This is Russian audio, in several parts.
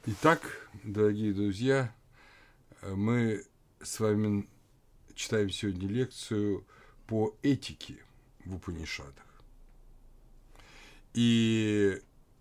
Итак, дорогие друзья, мы с вами читаем сегодня лекцию по этике в Упанишадах. И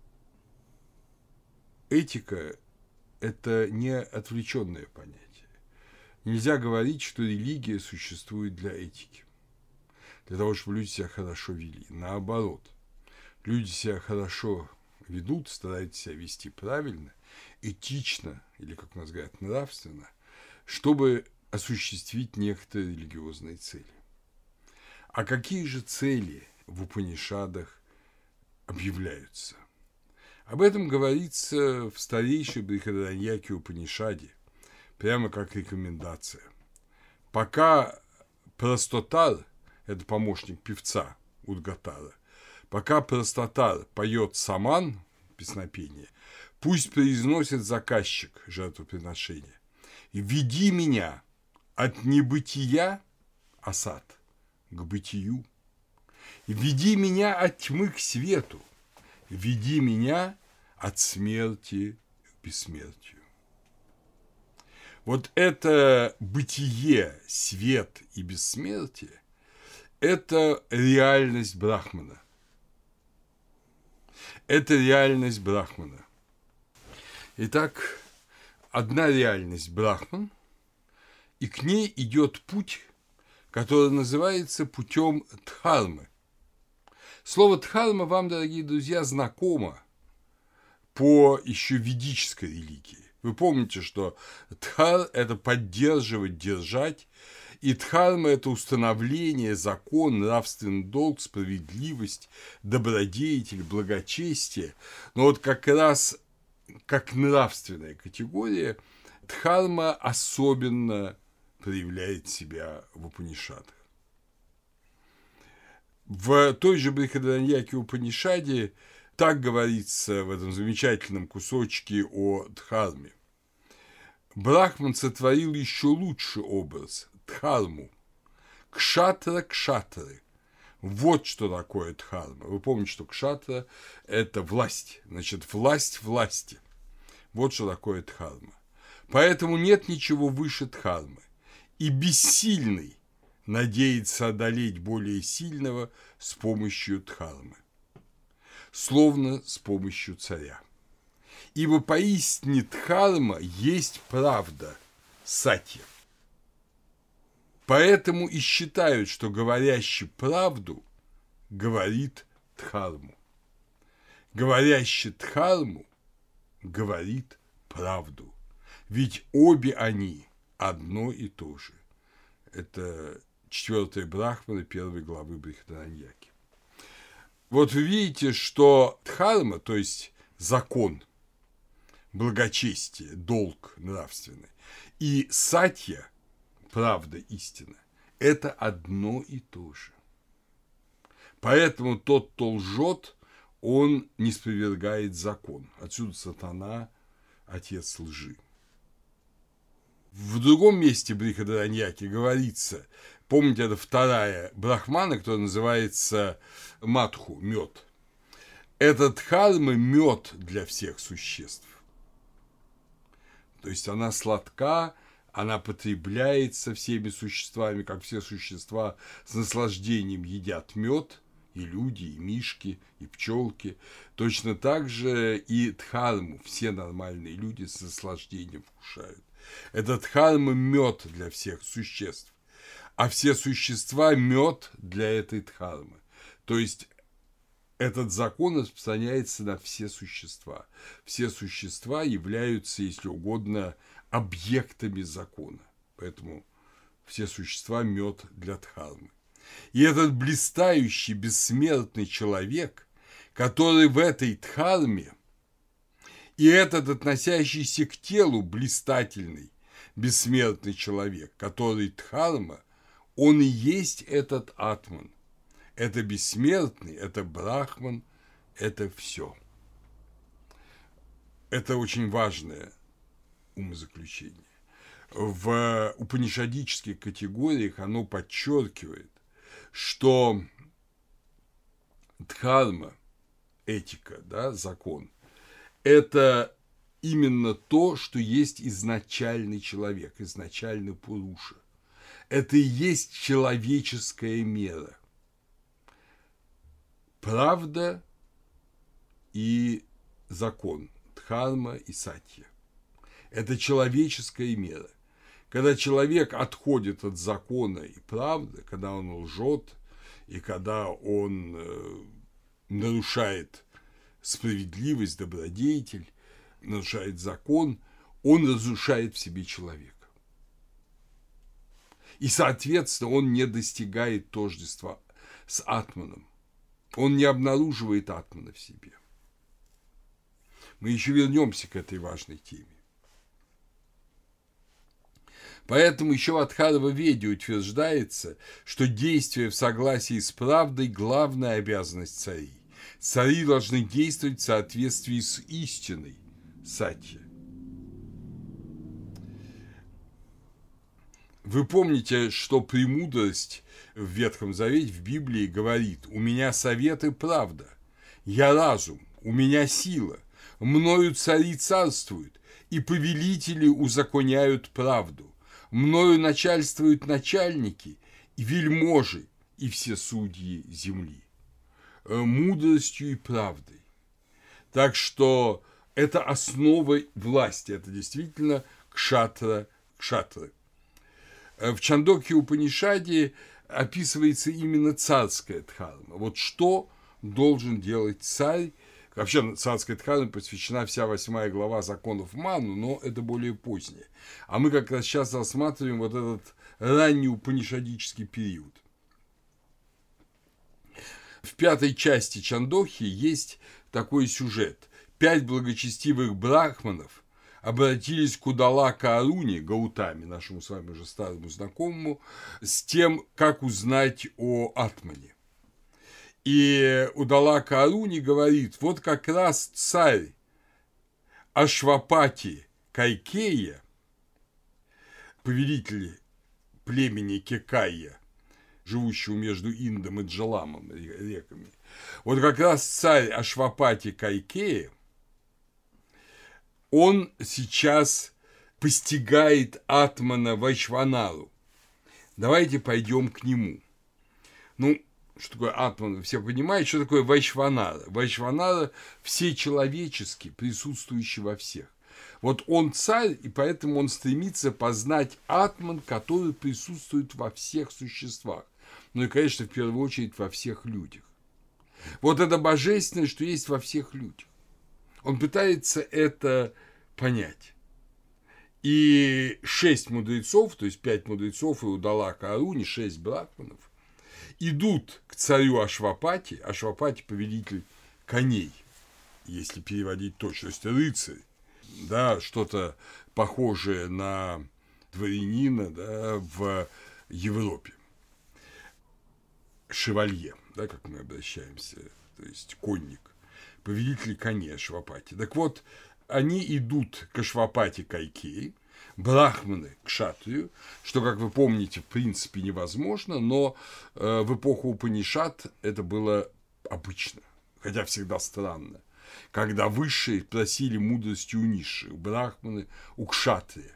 этика – это не отвлеченное понятие. Нельзя говорить, что религия существует для этики, для того, чтобы люди себя хорошо вели. Наоборот, люди себя хорошо ведут, стараются себя вести правильно, этично, или, как у нас говорят, нравственно, чтобы осуществить некоторые религиозные цели. А какие же цели в Упанишадах объявляются? Об этом говорится в старейшей Брихадараньяке Упанишаде, прямо как рекомендация. Пока Простотар, это помощник певца Удгатара, пока Простотар поет саман, песнопение, пусть произносит заказчик жертвоприношения: «Веди меня от небытия, асад, к бытию, веди меня от тьмы к свету, веди меня от смерти к бессмертию». Вот это бытие, свет и бессмертие – это реальность Брахмана. Это реальность Брахмана. Итак, одна реальность Брахман, и к ней идет путь, который называется путем дхармы. Слово дхарма вам, дорогие друзья, знакомо по еще ведической религии. Вы помните, что дхар – это поддерживать, держать, и дхарма – это установление, закон, нравственный долг, справедливость, добродетель, благочестие. Но вот как раз как нравственная категория дхарма особенно проявляет себя в Упанишадах. В той же Брихадараньяке Упанишаде так говорится в этом замечательном кусочке о дхарме. Брахман сотворил еще лучший образ – дхарму. Кшатра – кшатры. Вот что такое дхарма. Вы помните, что кшатра – это власть. Значит, власть власти. Вот что такое дхарма. Поэтому нет ничего выше дхармы. И бессильный надеется одолеть более сильного с помощью дхармы. Словно с помощью царя. Ибо поистине дхарма есть правда, сатья. Поэтому и считают, что говорящий правду говорит дхарму. Говорящий дхарму говорит правду. Ведь обе они одно и то же. Это 4 Брахмана 1 главы Брихадараньяки. Вот вы видите, что дхарма, то есть закон, благочестие, долг нравственный, и сатья, правда, истина, это одно и то же. Поэтому тот, кто лжет, он не спровергает закон. Отсюда сатана – отец лжи. В другом месте Брихадараньяки говорится, помните, это 2 Брахмана, которая называется Матху, мед. Это дхарма мед для всех существ. То есть она сладка, она потребляется всеми существами, как все существа с наслаждением едят мед, и люди, и мишки, и пчелки. Точно так же и дхарму все нормальные люди с наслаждением вкушают. Это дхарма мед для всех существ, а все существа мед для этой дхармы. То есть этот закон распространяется на все существа. Все существа являются, если угодно, объектами закона. Поэтому все существа мед для дхармы. И этот блистающий, бессмертный человек, который в этой дхарме, и этот относящийся к телу блистательный, бессмертный человек, который дхарма, он и есть этот атман. Это бессмертный, это брахман, это все. Это очень важное умозаключение. В упанишадических категориях оно подчеркивает, что дхарма, этика, да, закон, это именно то, что есть изначальный человек, изначальный Пуруша. Это и есть человеческая мера. Правда и закон, дхарма и сатья. Это человеческая мера. Когда человек отходит от закона и правды, когда он лжет, и когда он нарушает справедливость, добродетель, нарушает закон, он разрушает в себе человека. И, соответственно, он не достигает тождества с атманом. Он не обнаруживает атмана в себе. Мы еще вернемся к этой важной теме. Поэтому еще в Адхарва-веде утверждается, что действие в согласии с правдой – главная обязанность царей. Цари должны действовать в соответствии с истиной, сатья. Вы помните, что премудрость в Ветхом Завете, в Библии говорит: «У меня совет и правда, я разум, у меня сила, мною цари царствуют, и повелители узаконяют правду. Мною начальствуют начальники, и вельможи, и все судьи земли». Мудростью и правдой. Так что это основа власти, это действительно кшатра. В Чандокья-Упанишаде описывается именно царская дхарма. Вот что должен делать царь. Вообще царской дхарме посвящена вся 8 глава законов Ману, но это более позднее. А мы как раз сейчас рассматриваем вот этот ранний упанишадический период. В 5 части Чандохи есть такой сюжет. 5 благочестивых брахманов обратились к Удалака Аруни, Гаутаме, нашему с вами уже старому знакомому, с тем, как узнать о атмане. И Удалака Аруни говорит: вот как раз царь Ашвапати Кайкея, повелитель племени Кекая, живущего между Индом и Джаламом, реками, вот как раз царь Ашвапати Кайкея, он сейчас постигает атмана Вайшванару. Давайте пойдем к нему. Ну, что такое атман? Все понимают, что такое Вайшванара. Вайшванара всечеловеческий, присутствующий во всех. Вот он царь, и поэтому он стремится познать атман, который присутствует во всех существах. Ну и, конечно, в первую очередь во всех людях. Вот это божественное, что есть во всех людях. Он пытается это понять. И 6 мудрецов, то есть 5 мудрецов и Удалака Аруни, 6 брахманов, идут к царю Ашвапати. Ашвапати – повелитель коней, если переводить точно, то есть рыцарь, да, что-то похожее на дворянина, да, в Европе. Шевалье, да, как мы обращаемся, то есть конник, повелитель коней Ашвапати. Так вот, они идут к Ашвапати Кайкеи, брахманы к кшатрию, что, как вы помните, в принципе невозможно, но в эпоху Упанишад это было обычно, хотя всегда странно, когда высшие просили мудрости у низших, брахманы у кшатрия.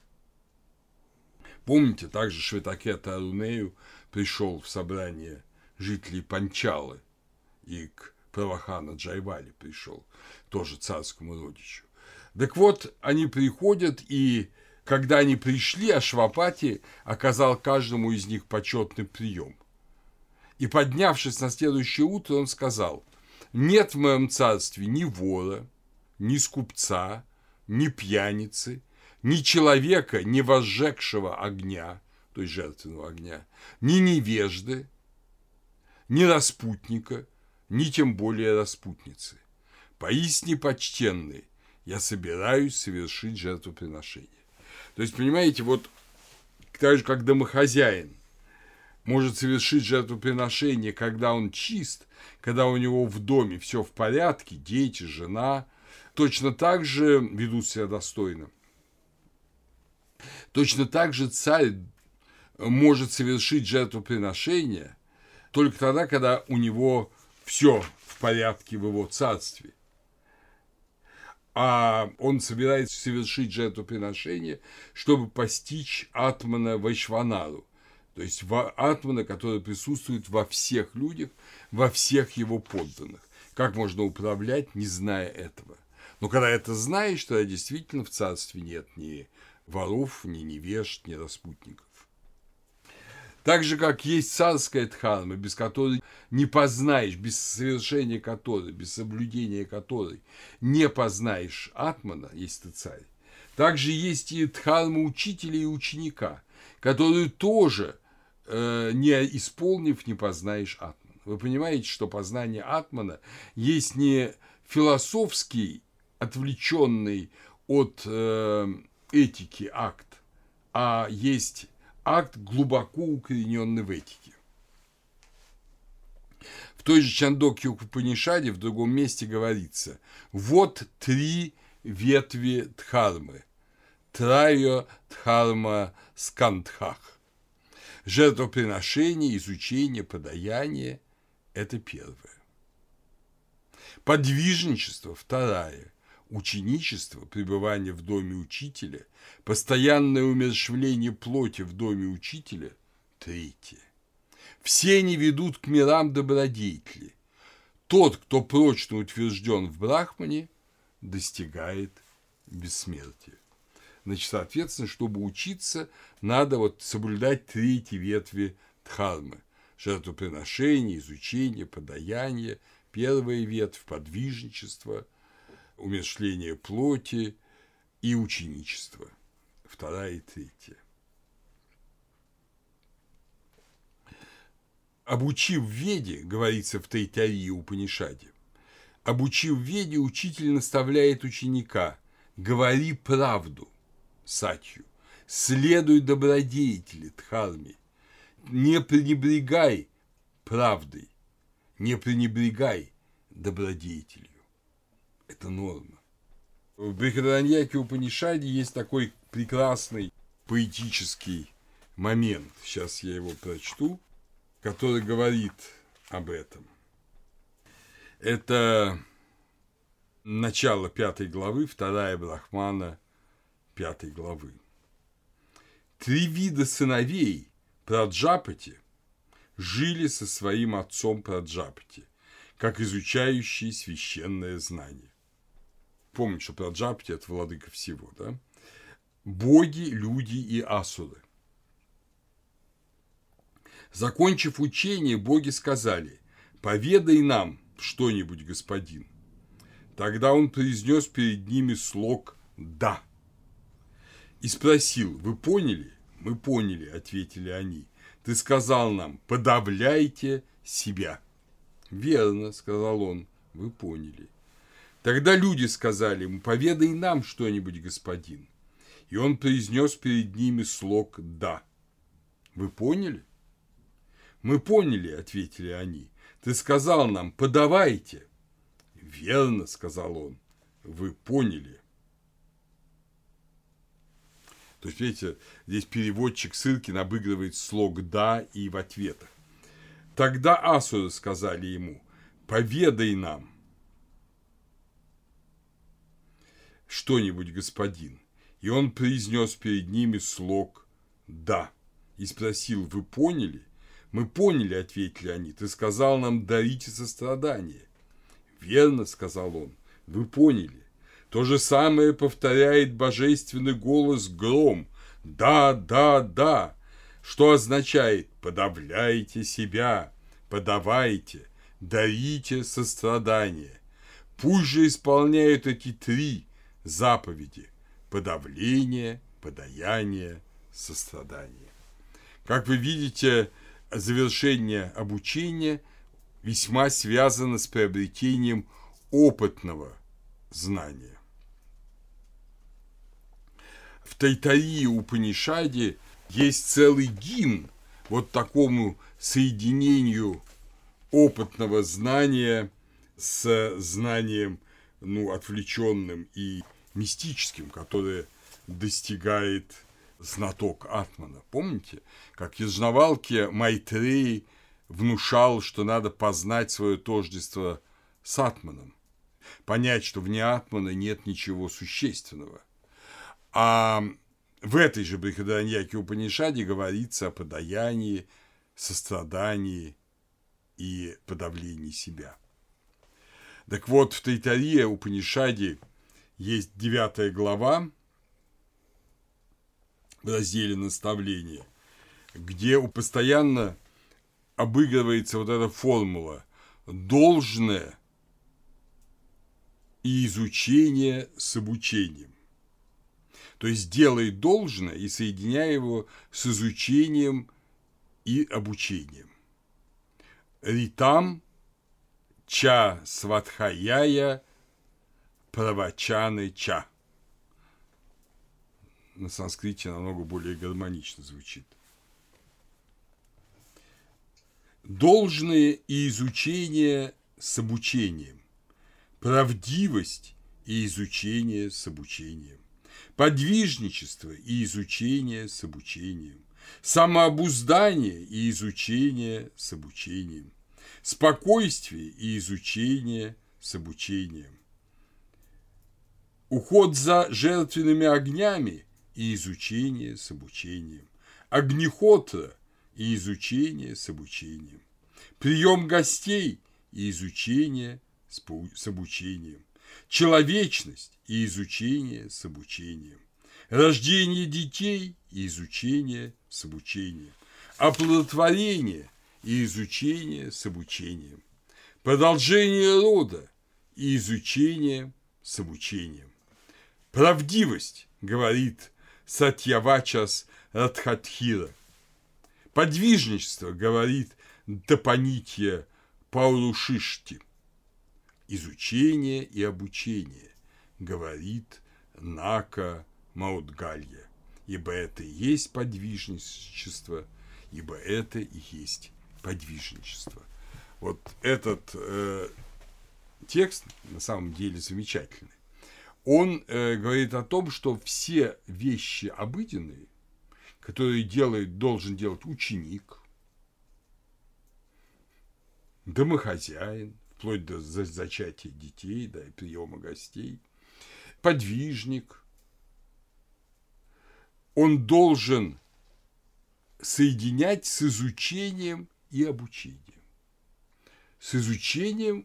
Помните, также Шветакета Арунею пришел в собрание жителей Панчалы и к Правахана Джайвали пришел, тоже царскому родичу. Так вот, они приходят, и когда они пришли, Ашвапати оказал каждому из них почетный прием. И, поднявшись на следующее утро, он сказал: «Нет в моем царстве ни вора, ни скупца, ни пьяницы, ни человека, не возжегшего огня, то есть жертвенного огня, ни невежды, ни распутника, ни тем более распутницы. Поистине почтенный, я собираюсь совершить жертвоприношение». То есть, понимаете, вот так же, как домохозяин может совершить жертвоприношение, когда он чист, когда у него в доме все в порядке, дети, жена, точно так же ведут себя достойно. Точно так же царь может совершить жертвоприношение только тогда, когда у него все в порядке в его царстве. а он собирается совершить жертвоприношение, чтобы постичь Атмана Вайшванару, то есть Атмана, который присутствует во всех людях, во всех его подданных. Как можно управлять, не зная этого? Но когда это знаешь, тогда действительно в царстве нет ни воров, ни невежд, ни распутников. Так же, как есть царская дхарма, без которой не познаешь, без совершения которой, без соблюдения которой не познаешь Атмана, если ты царь, также есть и дхарма учителя и ученика, которую тоже, не исполнив, не познаешь Атмана. Вы понимаете, что познание Атмана есть не философский, отвлеченный от этики акт, а есть акт, глубоко укорененный в этике. В той же Чандокья-Упанишаде в другом месте говорится: вот 3 ветви дхармы. Трайо дхарма скандхах. Жертвоприношение, изучение, подаяние – это первое. Подвижничество – второе. Ученичество, пребывание в доме учителя, постоянное умерщвление плоти в доме учителя – третье. Все они ведут к мирам добродетели. Тот, кто прочно утвержден в Брахмане, достигает бессмертия. Значит, соответственно, чтобы учиться, надо соблюдать 3 ветви дхармы. Жертвоприношение, изучение, подаяние. Первая ветвь – подвижничество, умерщвление плоти и ученичество. Вторая и третья. Обучив Веде, говорится в Тайтарии Упанишаде, обучив Веде, учитель наставляет ученика: говори правду, сатью, следуй добродетели, дхарме, не пренебрегай правдой, не пренебрегай добродетелью. Это норма. В Брихадараньяке-Упанишаде есть такой прекрасный поэтический момент, сейчас я его прочту, который говорит об этом. Это начало 5 главы, 2 Брахмана 5 главы. 3 вида сыновей Праджапати жили со своим отцом Праджапати, как изучающие священное знание. Помните, что Праджапати – это владыка всего, да? Боги, люди и асуры. Закончив учение, боги сказали: «Поведай нам что-нибудь, господин». Тогда он произнес перед ними слог «да» и спросил: «Вы поняли?» «Мы поняли», – ответили они. «Ты сказал нам: подавляйте себя». «Верно», – сказал он, – «вы поняли». Тогда люди сказали ему: «Поведай нам что-нибудь, господин». И он произнес перед ними слог «да». «Вы поняли?» «Мы поняли», – ответили они. «Ты сказал нам: подавайте». «Верно», – сказал он, – «вы поняли». То есть, видите, здесь переводчик Сыркин обыгрывает слог «да» и в ответах. Тогда асуры сказали ему: «Поведай нам что-нибудь, господин». И он произнес перед ними слог «да» и спросил: «Вы поняли?» «Мы поняли», – ответили они. «Ты сказал нам: дарите сострадание». «Верно», – сказал он, – «вы поняли». То же самое повторяет божественный голос гром: «Да, да, да», что означает: подавляйте себя, подавайте, дарите сострадание. Пусть же исполняют эти 3 заповеди: подавление, подаяние, сострадание. Как вы видите, завершение обучения весьма связано с приобретением опытного знания. В Тайтарии Упанишаде есть целый гимн такому соединению опытного знания с знанием, отвлеченным и мистическим, которое достигает знаток Атмана. Помните, как в Яджнавалке Майтреи внушал, что надо познать свое тождество с Атманом? понять, что вне атмана нет ничего существенного. А в этой же Брихадараньяке Упанишаде говорится о подаянии, сострадании и подавлении себя. Так вот, в Тайтария Упанишаде есть 9 глава в разделе «Наставления», где постоянно обыгрывается вот эта формула «должное и изучение с обучением». То есть делай должное и соединяй его с изучением и обучением. Ритам ча сватхаяя правачаны ча. На санскрите намного более гармонично звучит. Должное и изучение с обучением. Правдивость и изучение с обучением. Подвижничество и изучение с обучением. Самообуздание и изучение с обучением. Спокойствие и изучение с обучением. Уход за жертвенными огнями и изучение с обучением. Огнехотра и изучение с обучением. Прием гостей и изучение с обучением. Человечность и изучение с обучением. Рождение детей и изучение с обучением. Оплодотворение и изучение с обучением. Продолжение рода и изучение с обучением. Правдивость, говорит Сатьявачас Радхатхира. Подвижничество, говорит Дапанитья Паурушишти. Изучение и обучение, говорит Нака Маудгалья, ибо это и есть подвижничество, ибо это и есть подвижничество. Вот этот текст на самом деле замечательный. Он говорит о том, что все вещи обыденные, которые должен делать ученик, домохозяин, вплоть до зачатия детей, да, и приема гостей, подвижник, он должен соединять с изучением и обучением. С изучением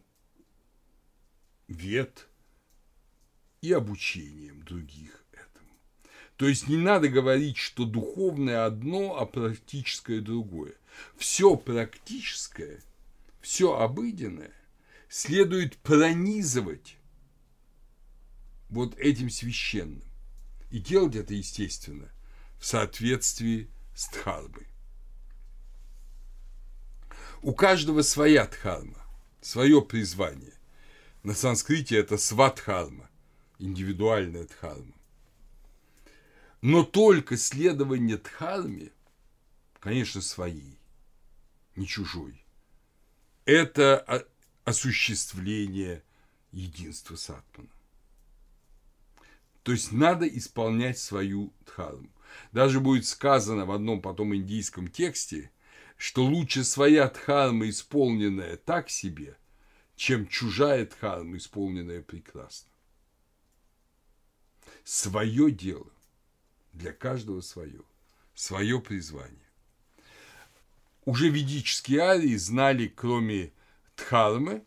вед и обучением других этому. То есть не надо говорить, что духовное одно, а практическое другое. Все практическое, все обыденное следует пронизывать вот этим священным. И делать это, естественно, в соответствии с дхармой. У каждого своя дхарма, свое призвание. На санскрите это свадхарма, индивидуальная дхарма. Но только следование дхарме, конечно, своей, не чужой, это осуществление единства с атманом. То есть надо исполнять свою дхарму. Даже будет сказано в одном потом индийском тексте, что лучше своя дхарма, исполненная так себе, чем чужая дхарма, исполненная прекрасно. Свое дело, для каждого свое призвание. Уже ведические арии знали, кроме дхармы,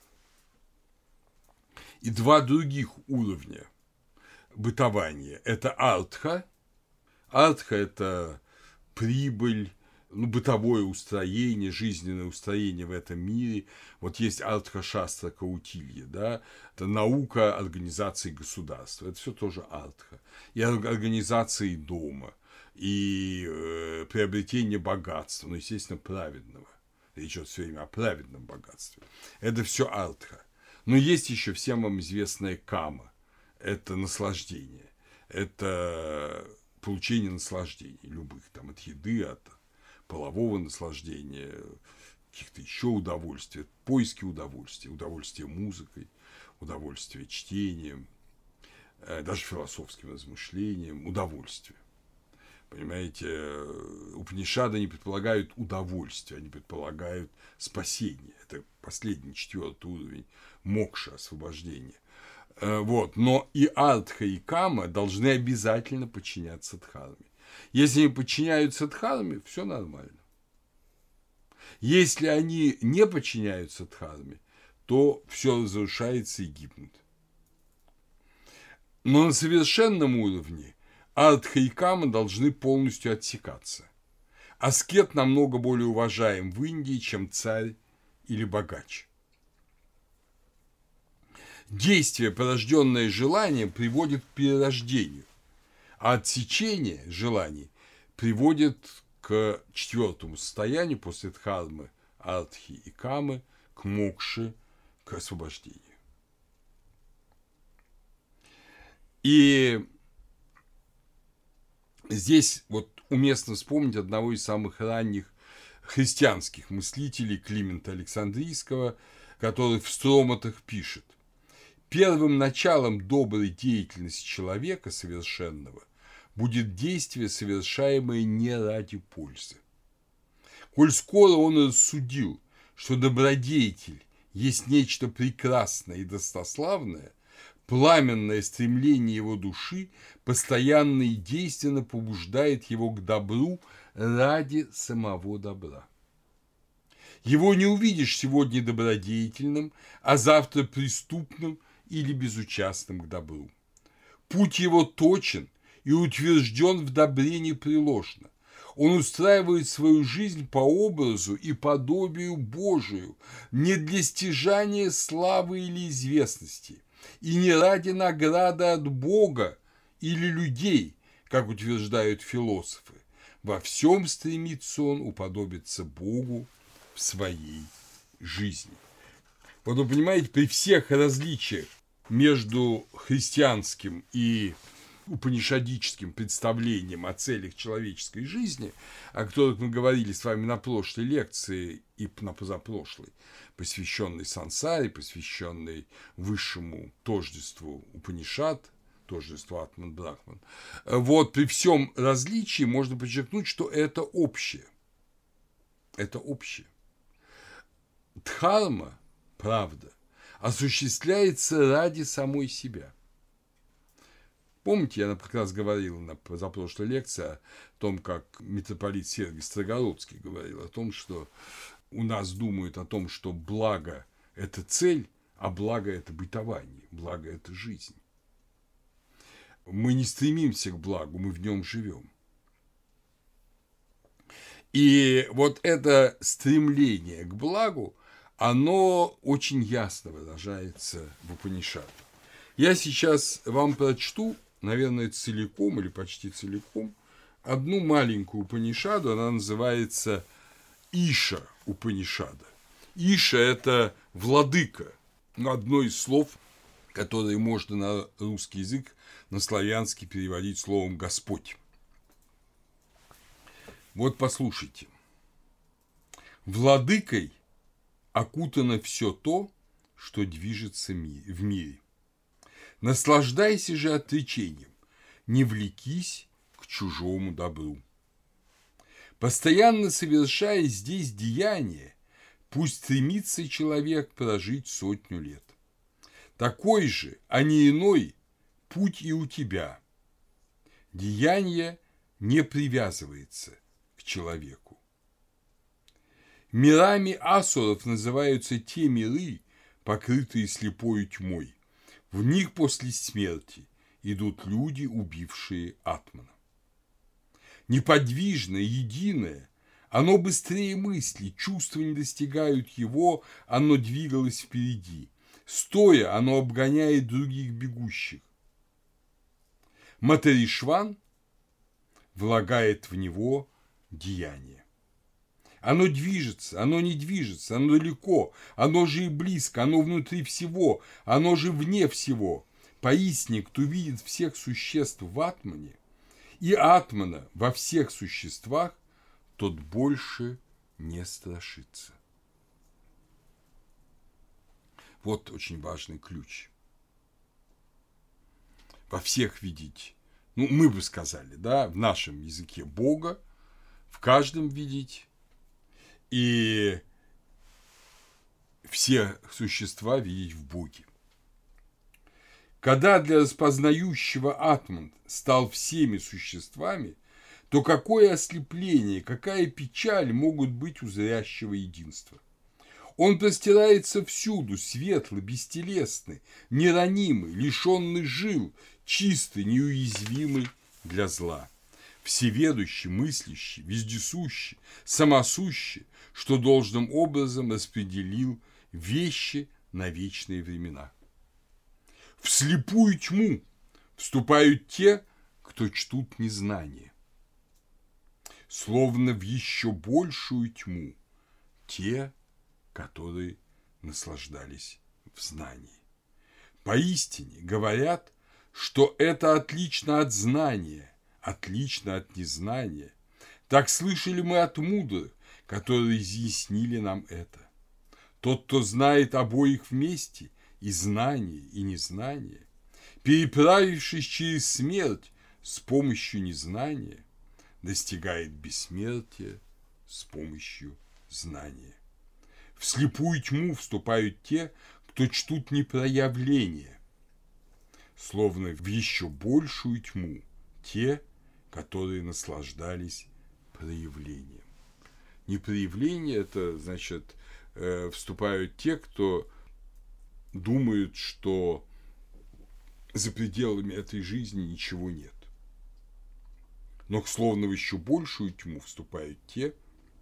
и два других уровня бытования. Это артха. Артха – это прибыль, бытовое устроение, жизненное устроение в этом мире. Вот есть артха-шастра Каутилья, да, это наука организации государства. Это все тоже артха. И организации дома, и приобретение богатства, естественно, праведного. Речь идет все время о праведном богатстве. Это все артха. Но есть еще всем вам известная кама. Это наслаждение. Это получение наслаждений любых, там, от еды, от полового наслаждения, каких-то еще удовольствий, поиски удовольствия, удовольствие музыкой, удовольствие чтением, даже философским размышлением, удовольствие. Понимаете, Упанишады не предполагают удовольствие, они предполагают спасение. Это последний, 4-й уровень мокша, освобождения. Вот. Но и артха, и кама должны обязательно подчиняться дхарме. Если они подчиняются дхарме, все нормально. Если они не подчиняются дхарме, то все разрушается и гибнет. Но на совершенном уровне артха и кама должны полностью отсекаться. Аскет намного более уважаем в Индии, чем царь или богач. Действие, порожденное желанием, приводит к перерождению, а отсечение желаний приводит к 4-му состоянию после дхармы, артхи и камы, к мокше, к освобождению. И здесь вот уместно вспомнить одного из самых ранних христианских мыслителей Климента Александрийского, который в Строматах пишет: «Первым началом доброй деятельности человека совершенного будет действие, совершаемое не ради пользы. Коль скоро он рассудил, что добродетель есть нечто прекрасное и достославное, пламенное стремление его души постоянно и действенно побуждает его к добру ради самого добра. Его не увидишь сегодня добродетельным, а завтра преступным или безучастным к добру. Путь его точен и утвержден в добре непреложно. Он устраивает свою жизнь по образу и подобию Божию, не для стяжания славы или известности, и не ради награды от Бога или людей, как утверждают философы. Во всем стремится он уподобиться Богу в своей жизни». Вот вы понимаете, при всех различиях между христианским и упанишадическим представлением о целях человеческой жизни, о которых мы говорили с вами на прошлой лекции и на позапрошлой, посвященной сансаре, посвященной высшему тождеству Упанишад, тождеству Атман-Брахман, вот при всем различии можно подчеркнуть, что это общее. Это общее. Дхарма, правда, осуществляется ради самой себя. Помните, я как раз говорил на позапрошлой лекции о том, как митрополит Сергий Строгородский говорил о том, что у нас думают о том, что благо – это цель, а благо – это бытование, благо – это жизнь. Мы не стремимся к благу, мы в нем живем. И вот это стремление к благу, оно очень ясно выражается в Упанишадах. Я сейчас вам прочту, наверное, целиком или почти целиком, одну маленькую Упанишаду, она называется Иша Упанишада. Иша – это владыка, одно из слов, которое можно на русский язык, на славянский переводить словом «Господь». Вот послушайте. «Владыкой окутано все то, что движется в мире. Наслаждайся же отречением, не влекись к чужому добру. Постоянно совершая здесь деяния, пусть стремится человек прожить 100 лет. Такой же, а не иной, путь и у тебя. Деяние не привязывается к человеку. Мирами асуров называются те миры, покрытые слепою тьмой. В них после смерти идут люди, убившие Атмана. Неподвижное, единое, оно быстрее мысли, чувства не достигают его, оно двигалось впереди. Стоя, оно обгоняет других бегущих. Материшван влагает в него деяние. Оно движется, оно не движется, оно далеко, оно же и близко, оно внутри всего, оно же вне всего. Поистине, кто видит всех существ в Атмане и Атмана во всех существах, тот больше не страшится. Вот очень важный ключ. Во всех видеть. ну, мы бы сказали, да, в нашем языке Бога, в каждом видеть, и все существа видеть в Боге. Когда для распознающего атман стал всеми существами, то какое ослепление, какая печаль могут быть у зрящего единства? Он простирается всюду, светлый, бестелесный, неранимый, лишенный жил, чистый, неуязвимый для зла. Всеведущий, мыслящий, вездесущий, самосущий, что должным образом распределил вещи на вечные времена. В слепую тьму вступают те, кто чтут незнание. Словно в еще большую тьму те, которые наслаждались в знании. Поистине говорят, что это отлично от знания, отлично от незнания. Так слышали мы от мудрых, которые изъяснили нам это. Тот, кто знает обоих вместе, и знание, и незнание, переправившись через смерть с помощью незнания, достигает бессмертия с помощью знания. В слепую тьму вступают те, кто чтут непроявление, словно в еще большую тьму те, которые наслаждались проявлением. Непроявление – это, значит, вступают те, кто думают, что за пределами этой жизни ничего нет. Но словно в еще большую тьму вступают те,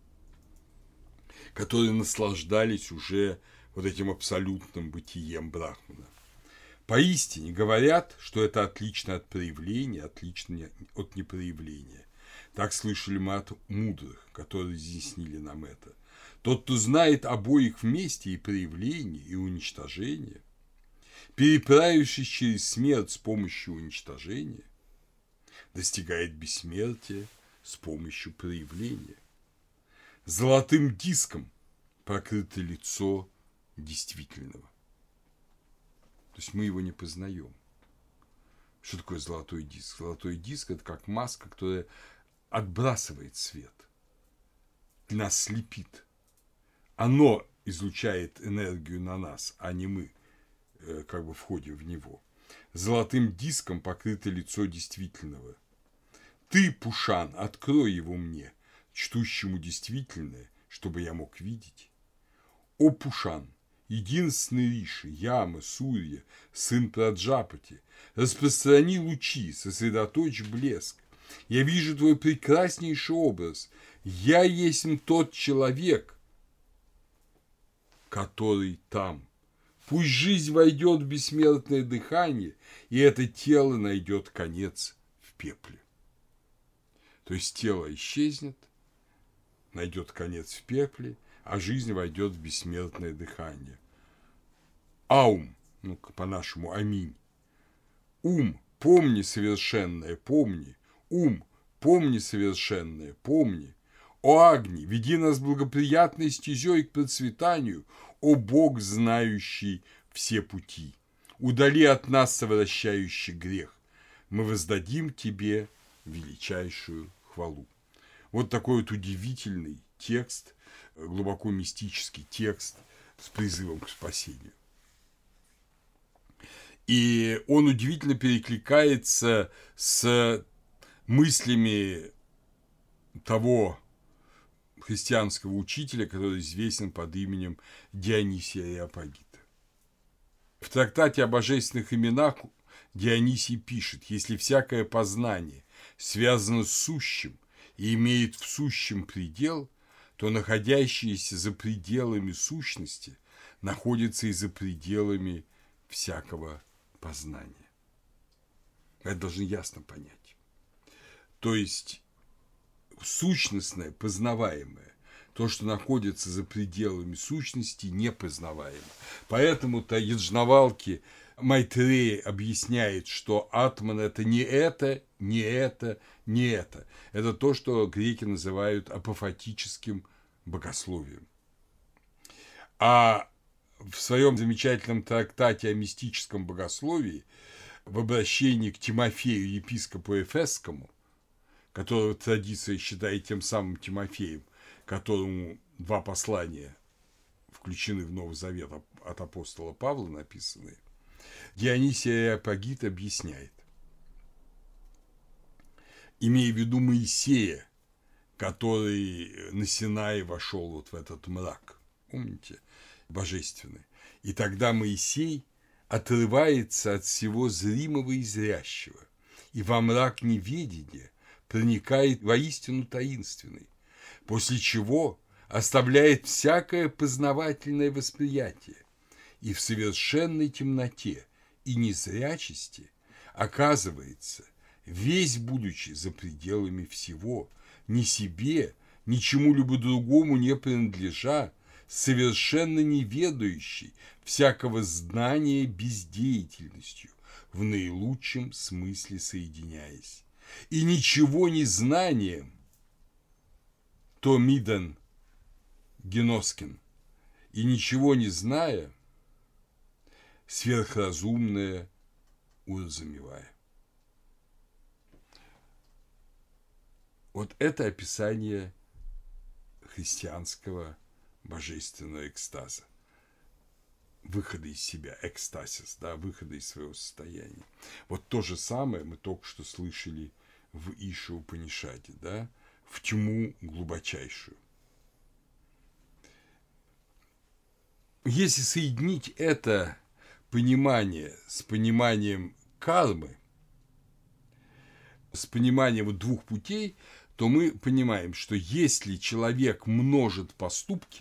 которые наслаждались уже вот этим абсолютным бытием Брахмана. Поистине говорят, что это отлично от проявления, отлично от непроявления. Так слышали мы от мудрых, которые изъяснили нам это. Тот, кто знает обоих вместе, и проявление, и уничтожение, переправившись через смерть с помощью уничтожения, достигает бессмертия с помощью проявления. Золотым диском покрыто лицо действительного. То есть мы его не познаем. Что такое золотой диск? Золотой диск – это как маска, которая отбрасывает свет, нас слепит. Оно излучает энергию на нас, а не мы как бы входим в него. Золотым диском покрыто лицо действительного. Ты, Пушан, открой его мне, чтущему действительное, чтобы я мог видеть. О, Пушан, единственный Риши, Яма, Сурья, сын Праджапати, распространи лучи, сосредоточь блеск. Я вижу твой прекраснейший образ. Я есть тот человек, который там. Пусть жизнь войдет в бессмертное дыхание, и это тело найдет конец в пепле. То есть тело исчезнет, найдет конец в пепле, а жизнь войдет в бессмертное дыхание. Аум, ну по-нашему аминь. Ум, помни совершенное, помни. Ум, помни совершенное, помни. О Агни, веди нас благоприятной стезей к процветанию, о Бог, знающий все пути. Удали от нас совращающий грех. Мы воздадим тебе величайшую хвалу. Вот такой вот удивительный текст, глубоко мистический текст с призывом к спасению. И он удивительно перекликается с мыслями того христианского учителя, который известен под именем Дионисия Ареопагита. В трактате о божественных именах Дионисий пишет: если всякое познание связано с сущим и имеет в сущем предел, то находящиеся за пределами сущности находятся и за пределами всякого познания. Это должны ясно понять. То есть сущностное, познаваемое, то, что находится за пределами сущности, непознаваемо. Поэтому-то Яджнавалки Майтрея объясняет, что атман – это не это, не это, не это. Это то, что греки называют апофатическим богословием. А в своем замечательном трактате о мистическом богословии в обращении к Тимофею, епископу Эфесскому, которого традиция считает тем самым Тимофеем, которому 2 послания включены в Новый Завет от апостола Павла написанные, Дионисий Ареопагит объясняет, имея в виду Моисея, который на Синае вошел вот в этот мрак, помните, божественный. И тогда Моисей отрывается от всего зримого и зрящего, и во мрак неведения проникает воистину таинственный, после чего оставляет всякое познавательное восприятие, и в совершенной темноте и незрячести оказывается, весь будучи за пределами всего, ни себе, ни чему-либо другому не принадлежа, совершенно не ведающий всякого знания бездеятельностью, в наилучшем смысле соединяясь, и ничего не знанием, то Мидан Геноскин, и ничего не зная, сверхразумное уразумевая. Вот это описание христианского божественного экстаза, выхода из себя, экстасис, да, выхода из своего состояния. Вот то же самое мы только что слышали в Иша-Упанишаде, да, в тьму глубочайшую. Если соединить это понимание с пониманием кармы, с пониманием 2 путей, то мы понимаем, что если человек множит поступки,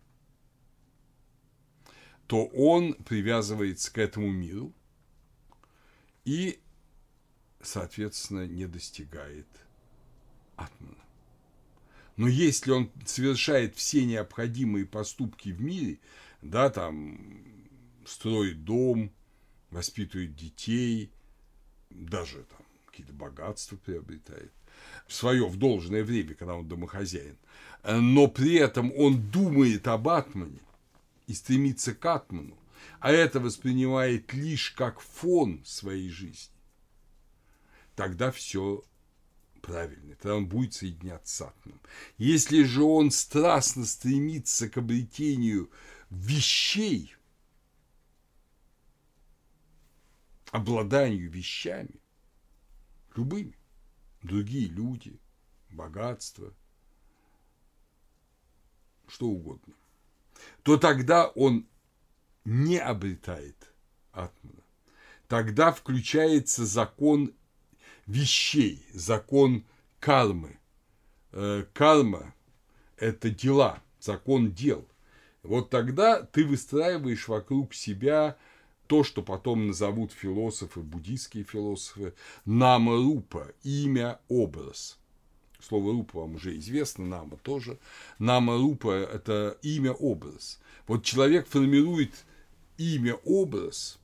то он привязывается к этому миру и, соответственно, не достигает атмана. Но если он совершает все необходимые поступки в мире, да, там, строит дом, воспитывает детей, даже там какие-то богатства приобретает, в должное время, когда он домохозяин, но при этом он думает об атмане и стремится к атману, а это воспринимает лишь как фон своей жизни, тогда все правильно, тогда он будет соединяться с атманом. Если же он страстно стремится к обретению вещей, обладанию вещами, любыми, другие люди, богатство, что угодно, то тогда он не обретает атмана. Тогда включается закон вещей, закон кармы. Карма – это дела, закон дел. Вот тогда ты выстраиваешь вокруг себя то, что потом назовут философы, буддийские философы, нама-рупа, имя, образ. Слово рупа вам уже известно, нама тоже. Нама-рупа – это имя, образ. Вот человек формирует имя, образ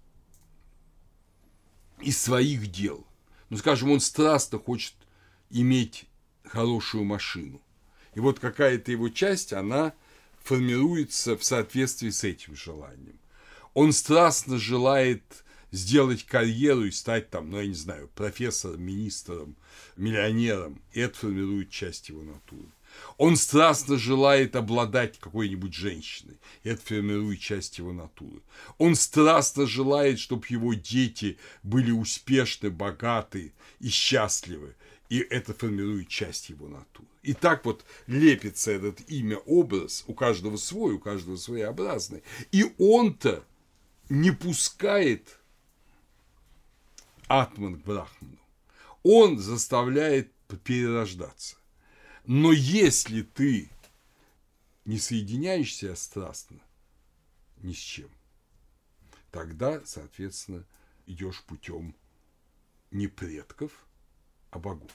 из своих дел. Ну, скажем, он страстно хочет иметь хорошую машину. И вот какая-то его часть, она формируется в соответствии с этим желанием. Он страстно желает сделать карьеру и стать там, ну, я не знаю, профессором, министром, миллионером. И это формирует часть его натуры. Он страстно желает обладать какой-нибудь женщиной. И это формирует часть его натуры. Он страстно желает, чтобы его дети были успешны, богаты и счастливы. И это формирует часть его натуры. И так вот лепится этот имя-образ, у каждого свой, у каждого своеобразный. И он-то не пускает атман к брахману. Он заставляет перерождаться. Но если ты не соединяешься страстно ни с чем, тогда, соответственно, идешь путем не предков, а богов.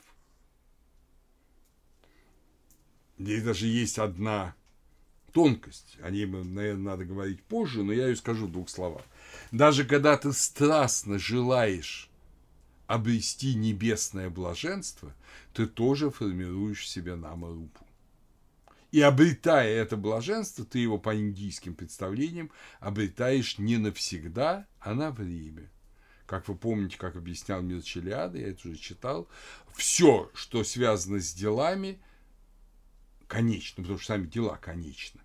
Здесь даже есть одна тонкость, о ней, наверное, надо говорить позже, но я ее скажу в 2 словах. Даже когда ты страстно желаешь обрести небесное блаженство, ты тоже формируешь в себе нама-рупу. И обретая это блаженство, ты его по индийским представлениям обретаешь не навсегда, а на время. как вы помните, как объяснял Мирчелиада, я это уже читал, все, что связано с делами, конечно, потому что сами дела конечны.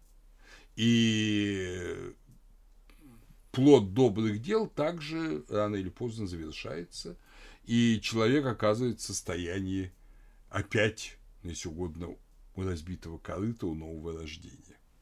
И плод добрых дел также рано или поздно завершается, и человек оказывается в состоянии опять, если угодно, у разбитого корыта, у нового рождения.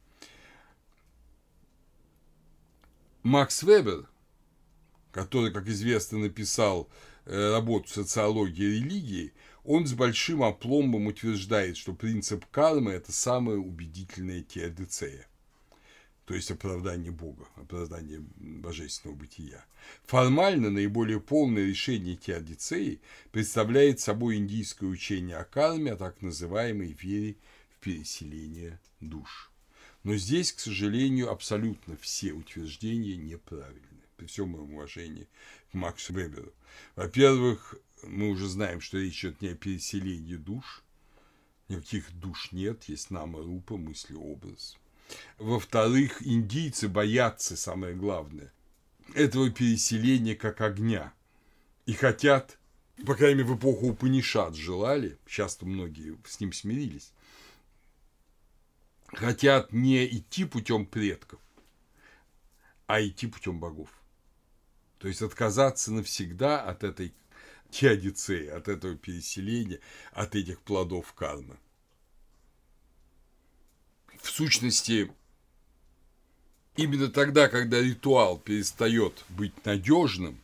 Макс Вебер, который, как известно, написал работу «Социология религии», он с большим опломбом утверждает, что принцип кармы – это самая убедительная теодицея, то есть оправдание Бога, оправдание божественного бытия. Формально наиболее полное решение теодицеи представляет собой индийское учение о карме, о так называемой вере в переселение душ. Но здесь, к сожалению, абсолютно все утверждения неправильны, при всем моем уважении к Максу Веберу. Во-первых, мы уже знаем, что речь идет не о переселении душ, никаких душ нет, есть нама-рупа, мысли-образ. Во-вторых, индийцы боятся, самое главное, этого переселения как огня. И хотят, по крайней мере, в эпоху Упанишад желали, сейчас-то многие с ним смирились, хотят не идти путем предков, а идти путем богов. То есть отказаться навсегда от этой теодицеи, от этого переселения, от этих плодов кармы. В сущности, именно тогда, когда ритуал перестает быть надежным,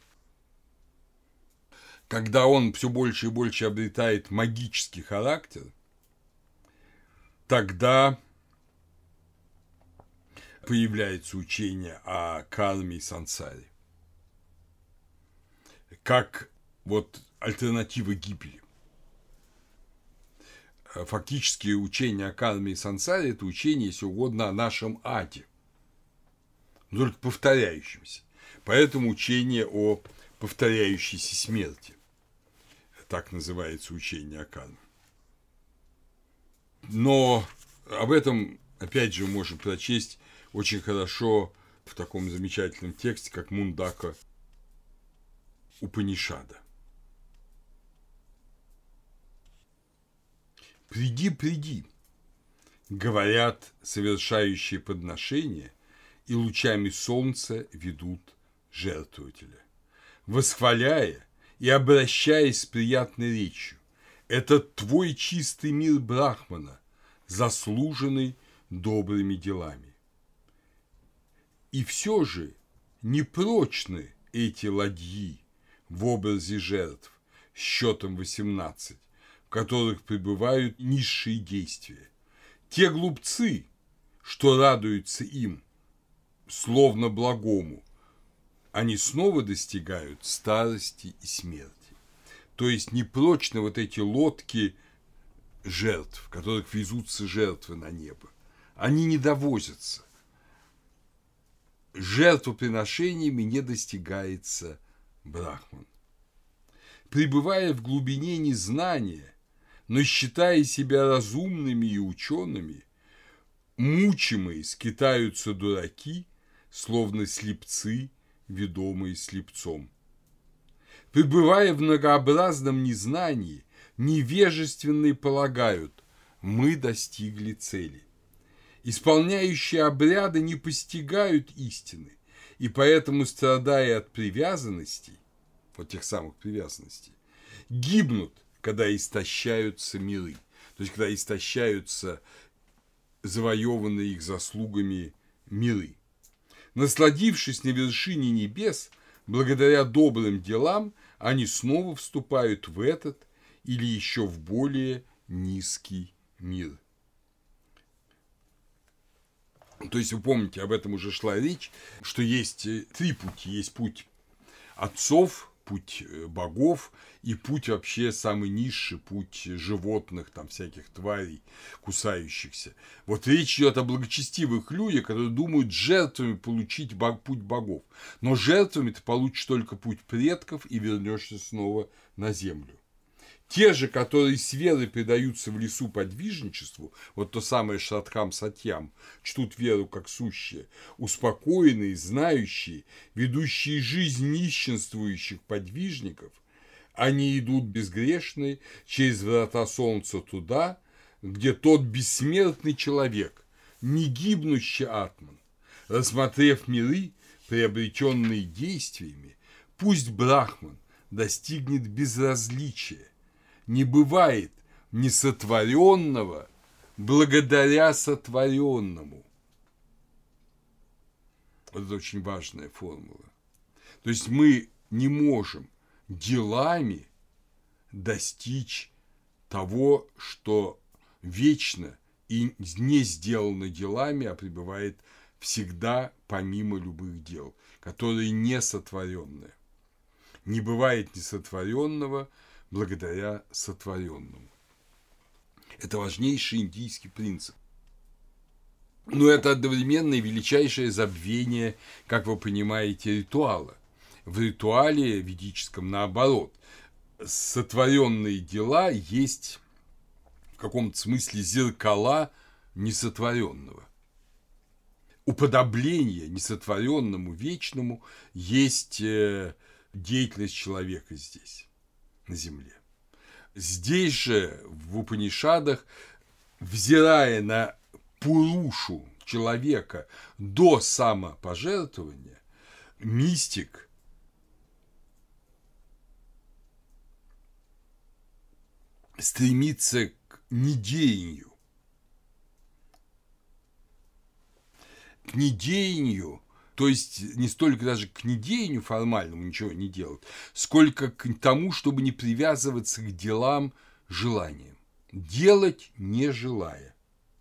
когда он все больше и больше обретает магический характер, тогда появляется учение о карме и сансаре как вот альтернатива гибели. Фактически учение о карме и сансаре – это учение, если угодно, о нашем аде, но только повторяющемся. Поэтому учение о повторяющейся смерти. Так называется учение о карме. Но об этом, опять же, можем прочесть очень хорошо в таком замечательном тексте, как Мундака Упанишада. «Приди, приди», говорят совершающие подношения, и лучами солнца ведут жертвователя, восхваляя и обращаясь с приятной речью. Это твой чистый мир Брахмана, заслуженный добрыми делами. И все же непрочны эти ладьи в образе жертв счетом 18, в которых пребывают низшие действия. Те глупцы, что радуются им, словно благому, они снова достигают старости и смерти. То есть непрочны вот эти лодки жертв, в которых везутся жертвы на небо. Они не довозятся. Жертвоприношениями не достигается Брахман. Пребывая в глубине незнания, но считая себя разумными и учеными, мучимые скитаются дураки, словно слепцы, ведомые слепцом. Пребывая в многообразном незнании, невежественные полагают: мы достигли цели. Исполняющие обряды не постигают истины, и поэтому, страдая от привязанностей, вот тех самых привязанностей, гибнут, когда истощаются миры, то есть когда истощаются завоеванные их заслугами миры. Насладившись на вершине небес, благодаря добрым делам, они снова вступают в этот или еще в более низкий мир. То есть вы помните, об этом уже шла речь, что есть три пути. Есть путь отцов, путь богов и путь вообще самый низший, путь животных, там всяких тварей, кусающихся. Вот речь идет о благочестивых людях, которые думают жертвами получить путь богов. Но жертвами ты получишь только путь предков и вернешься снова на землю. Те же, которые с верой предаются в лесу подвижничеству, вот то самое Шрадхам Сатьям, чтут веру как сущее, успокоенные, знающие, ведущие жизнь нищенствующих подвижников, они идут безгрешные через врата солнца туда, где тот бессмертный человек, не гибнущий атман, рассмотрев миры, приобретенные действиями, пусть брахман достигнет безразличия. Не бывает несотворенного благодаря сотворенному. Вот это очень важная формула. То есть мы не можем делами достичь того, что вечно и не сделано делами, а пребывает всегда помимо любых дел, которые не сотворенные. Не бывает несотворенного благодаря сотворенному. Это важнейший индийский принцип. Но это одновременно и величайшее забвение, как вы понимаете, ритуала. В ритуале ведическом наоборот. Сотворенные дела есть в каком-то смысле зеркала несотворенного. Уподобление несотворенному вечному есть деятельность человека здесь, на земле. Здесь же, в Упанишадах, взирая на Пурушу человека до самопожертвования, мистик стремится к недеянию. К недеянию, то есть не столько даже к недеянию формальному ничего не делать, сколько к тому, чтобы не привязываться к делам желанием. Делать не желая.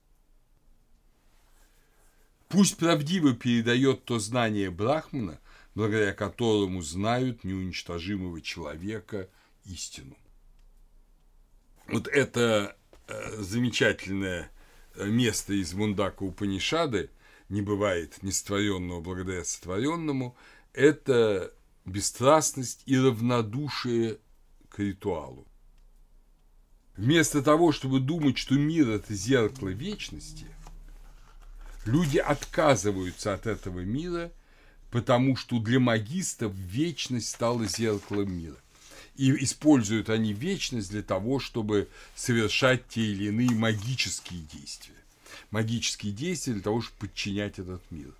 Пусть правдиво передает то знание Брахмана, благодаря которому знают неуничтожимого человека истину. Вот это замечательное место из Мундака Упанишады «Не бывает несотворенного благодаря сотворенному» – это бесстрастность и равнодушие к ритуалу. Вместо того, чтобы думать, что мир – это зеркало вечности, люди отказываются от этого мира, потому что для магистов вечность стала зеркалом мира. И используют они вечность для того, чтобы совершать те или иные магические действия. Магические действия для того, чтобы подчинять этот мир.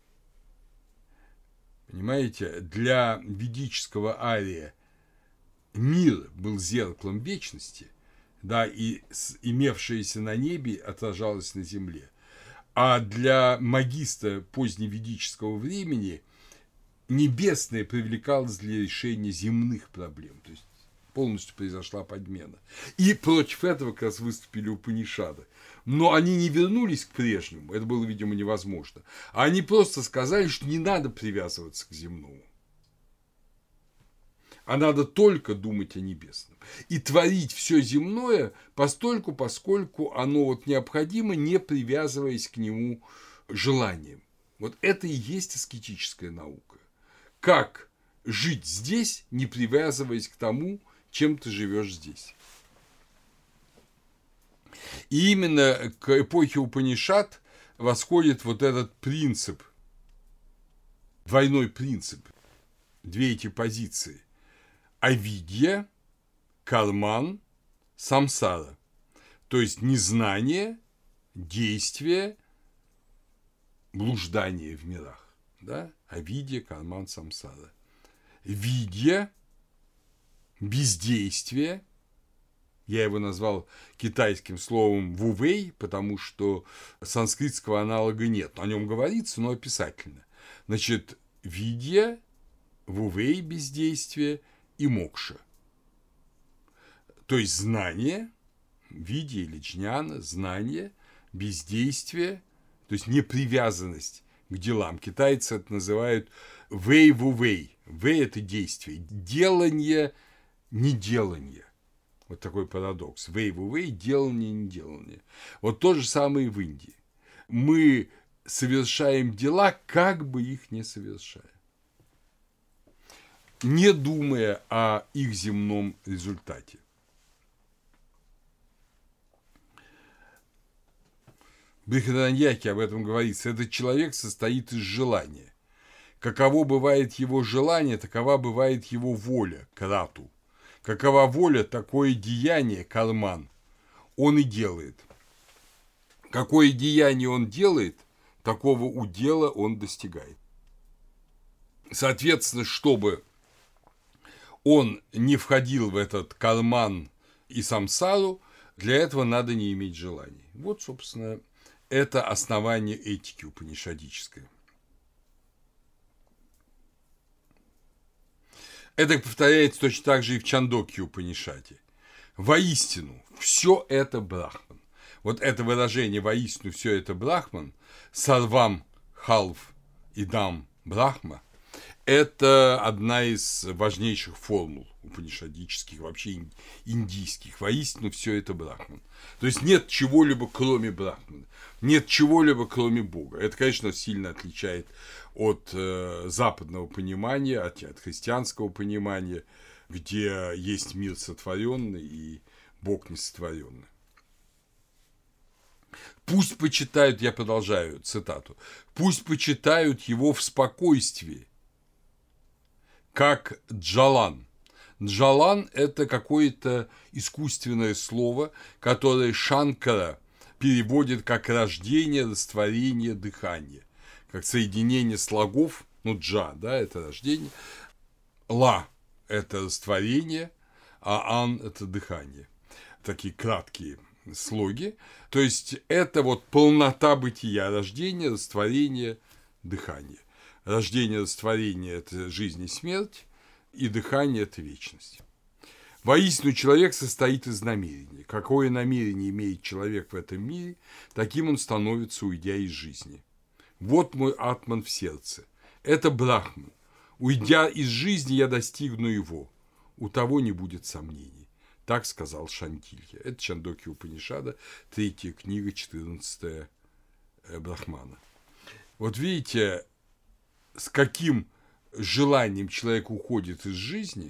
Понимаете, для ведического ария мир был зеркалом вечности, да, и имевшееся на небе отражалось на земле. А для магиста поздневедического времени небесное привлекалось для решения земных проблем. То есть полностью произошла подмена. И против этого как раз выступили Упанишады. Но они не вернулись к прежнему, это было, видимо, невозможно. А они просто сказали, что не надо привязываться к земному. А надо только думать о небесном. И творить все земное постольку, поскольку оно вот необходимо, не привязываясь к нему желанием. Вот это и есть аскетическая наука. Как жить здесь, не привязываясь к тому, чем ты живешь здесь. И именно к эпохе Упанишад восходит вот этот принцип, двойной принцип, две эти позиции. Авидья, карман, самсара. То есть незнание, действие, блуждание в мирах. Да? Авидья, карман, самсара. Видья, бездействие. Я его назвал китайским словом вувей, потому что санскритского аналога нет. О нем говорится, но описательно. Значит, видья, вувей, бездействие и мокша. То есть знание, видья или джняна, знание, бездействие, то есть непривязанность к делам. Китайцы это называют вэй-вувей. Вэй – это действие. Делание, неделание. Вот такой парадокс. Вэй-вувей, делание, неделание. Вот то же самое и в Индии. Мы совершаем дела, как бы их не совершая, не думая о их земном результате. Брихадараньяке об этом говорится. Этот человек состоит из желания. Каково бывает его желание, такова бывает его воля, крату. Какова воля, такое деяние, карман, он и делает. Какое деяние он делает, такого удела он достигает. Соответственно, чтобы он не входил в этот карман и самсару, для этого надо не иметь желаний. Вот, собственно, это основание этики упанишадической. Это повторяется точно так же и в Чандокье Упанишаде. Воистину, все это Брахман. Вот это выражение «воистину все это Брахман», «сарвам халв идам Брахма», это одна из важнейших формул упанишадических, вообще индийских. Воистину все это Брахман. То есть нет чего-либо, кроме Брахмана. Нет чего-либо, кроме Бога. Это, конечно, сильно отличает от западного понимания, от христианского понимания, где есть мир сотворенный и Бог несотворенный. Пусть почитают, я продолжаю цитату, пусть почитают его в спокойствии, как джалан. Джалан – это какое-то искусственное слово, которое Шанкара переводит как рождение, растворение, дыхание, как соединение слогов, ну, джа, да, это рождение, ла – это растворение, а ан – это дыхание. Такие краткие слоги. То есть, это вот полнота бытия, рождение, растворение, дыхание. Рождение, растворение – это жизнь и смерть, и дыхание – это вечность. Воистину, человек состоит из намерения. Какое намерение имеет человек в этом мире, таким он становится, уйдя из жизни. Вот мой атман в сердце. Это Брахман. Уйдя из жизни, я достигну его. У того не будет сомнений. Так сказал Шандилья. Это Чандокья Упанишада, 3 книга, 14 Брахмана. Вот видите, с каким желанием человек уходит из жизни,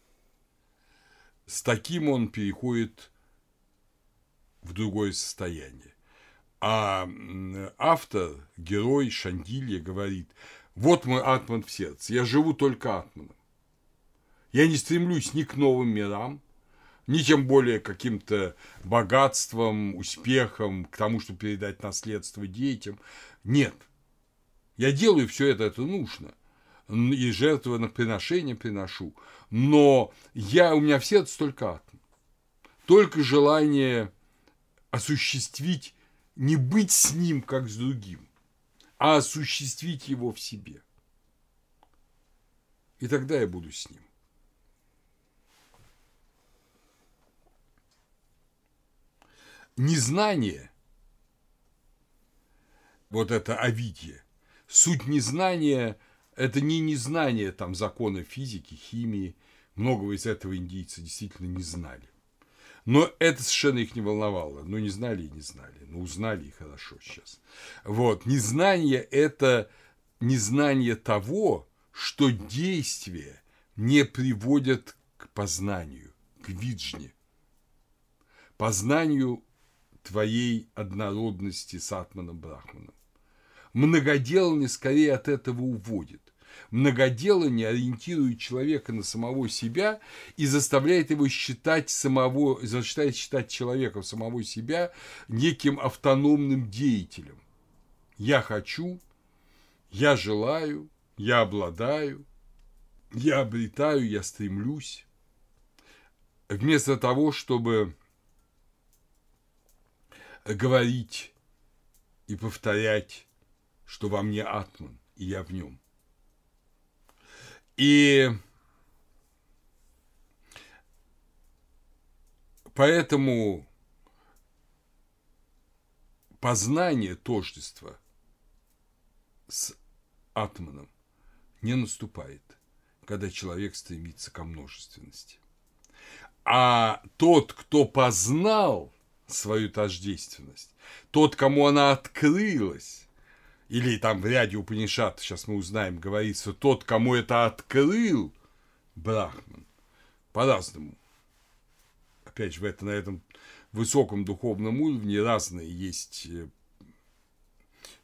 с таким он переходит в другое состояние. А автор, герой Шандилья говорит: вот мой атман в сердце, я живу только атманом. Я не стремлюсь ни к новым мирам, ни тем более к каким-то богатствам, успехам, к тому, чтобы передать наследство детям. Нет. Я делаю все это нужно. И жертвоприношения приношу. Но у меня в сердце только атман. Только желание осуществить, не быть с ним, как с другим, а осуществить его в себе. И тогда я буду с ним. Незнание, вот это авидья, суть незнания – это не незнание там законов физики, химии. Многого из этого индийцы действительно не знали. Но это совершенно их не волновало. Ну, не знали и не знали. Ну, узнали и хорошо сейчас. Вот. Незнание – это незнание того, что действия не приводят к познанию, к виджне, познанию твоей однородности с атманом Брахманом. Многоделание скорее от этого уводит. Многоделание ориентирует человека на самого себя и заставляет его заставляет считать человека самого себя неким автономным деятелем. Я хочу, я желаю, я обладаю, я обретаю, я стремлюсь. Вместо того, чтобы говорить и повторять, что во мне атман, и я в нем. И поэтому познание тождества с атманом не наступает, когда человек стремится ко множественности. А тот, кто познал свою тождественность, тот, кому она открылась, или там в ряде Упанишад, сейчас мы узнаем, говорится, тот, кому это открыл Брахман, по-разному. Опять же, на этом высоком духовном уровне разные есть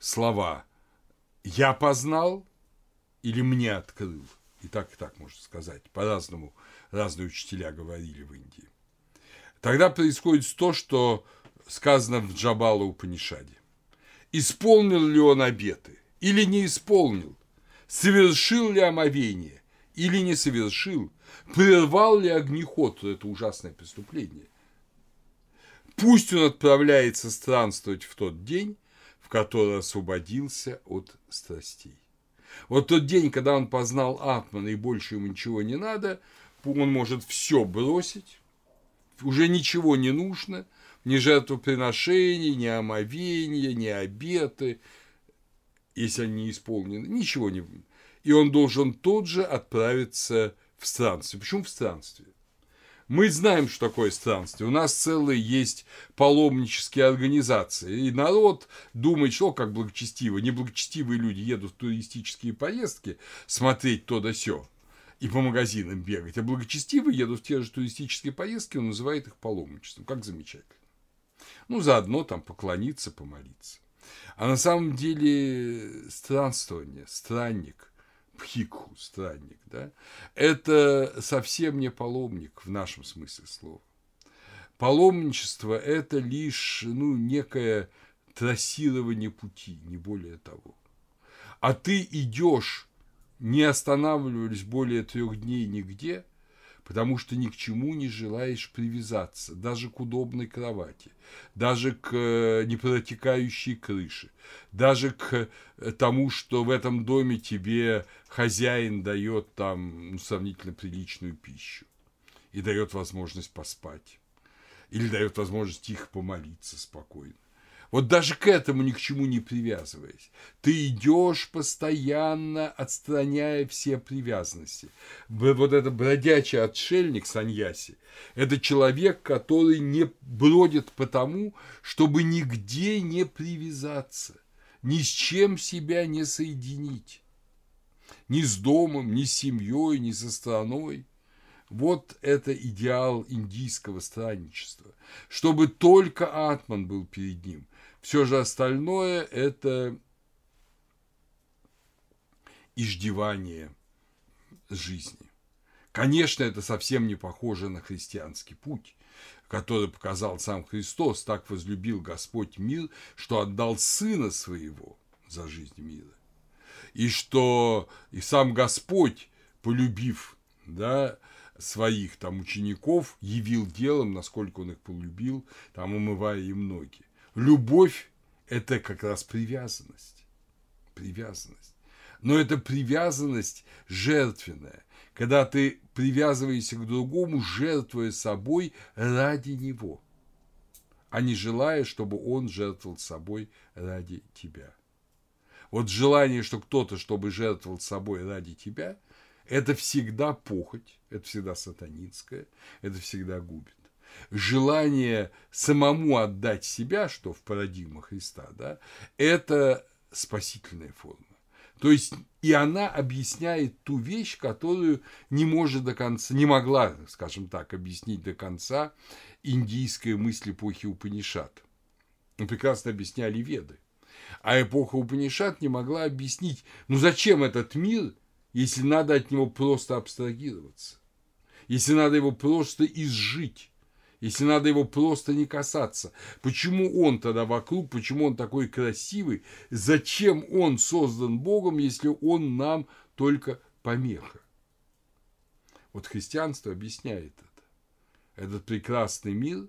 слова «я познал» или «мне открыл». И так можно сказать. По-разному разные учителя говорили в Индии. Тогда происходит то, что сказано в Джабала Упанишаде. Исполнил ли он обеты или не исполнил? Совершил ли омовение или не совершил? Прервал ли огнеход? Это ужасное преступление. Пусть он отправляется странствовать в тот день, в который освободился от страстей. Вот тот день, когда он познал Атмана и больше ему ничего не надо, он может все бросить, уже ничего не нужно, ни жертвоприношений, ни омовения, ни обеты, если они не исполнены, ничего не... И он должен тот же отправиться в странствие. Почему в странствие? Мы знаем, что такое странствие. У нас целые есть паломнические организации. И народ думает, что как благочестиво. Неблагочестивые люди едут в туристические поездки смотреть то да сё и по магазинам бегать. А благочестивые едут в те же туристические поездки, он называет их паломничеством. Как замечательно. Ну, заодно там поклониться, помолиться. А на самом деле странствование, странник, пхикху, странник, да, это совсем не паломник в нашем смысле слова. Паломничество – это лишь некое трассирование пути, не более того. А ты идешь, не останавливаясь более 3 дней нигде, потому что ни к чему не желаешь привязаться, даже к удобной кровати, даже к непротекающей крыше, даже к тому, что в этом доме тебе хозяин дает там сравнительно приличную пищу и дает возможность поспать, или дает возможность тихо помолиться спокойно. Вот даже к этому ни к чему не привязываясь, ты идешь постоянно, отстраняя все привязанности. Вот это бродячий отшельник саньяси – это человек, который не бродит потому, чтобы нигде не привязаться, ни с чем себя не соединить, ни с домом, ни с семьей, ни со страной. Вот это идеал индийского странничества, чтобы только Атман был перед ним. Все же остальное – это иждевание жизни. Конечно, это совсем не похоже на христианский путь, который показал сам Христос. Так возлюбил Господь мир, что отдал Сына Своего за жизнь мира. И что и сам Господь, полюбив, своих там учеников, явил делом, насколько он их полюбил, там умывая им ноги. Любовь – это как раз привязанность. Привязанность. Но это привязанность жертвенная, когда ты привязываешься к другому, жертвуя собой ради него, а не желая, чтобы он жертвовал собой ради тебя. Вот желание, что кто-то, чтобы жертвовал собой ради тебя, это всегда похоть, это всегда сатанинское, это всегда губит. Желание самому отдать себя, что в парадигме Христа, это спасительная форма. То есть и она объясняет ту вещь, которую не могла, скажем так, объяснить до конца индийская мысль эпохи Упанишад. Прекрасно объясняли Веды. А эпоха Упанишад не могла объяснить, зачем этот мир, если надо от него просто абстрагироваться, если надо его просто изжить, если надо его просто не касаться. Почему он тогда вокруг, почему он такой красивый, зачем он создан Богом, если он нам только помеха? Вот христианство объясняет это. Этот прекрасный мир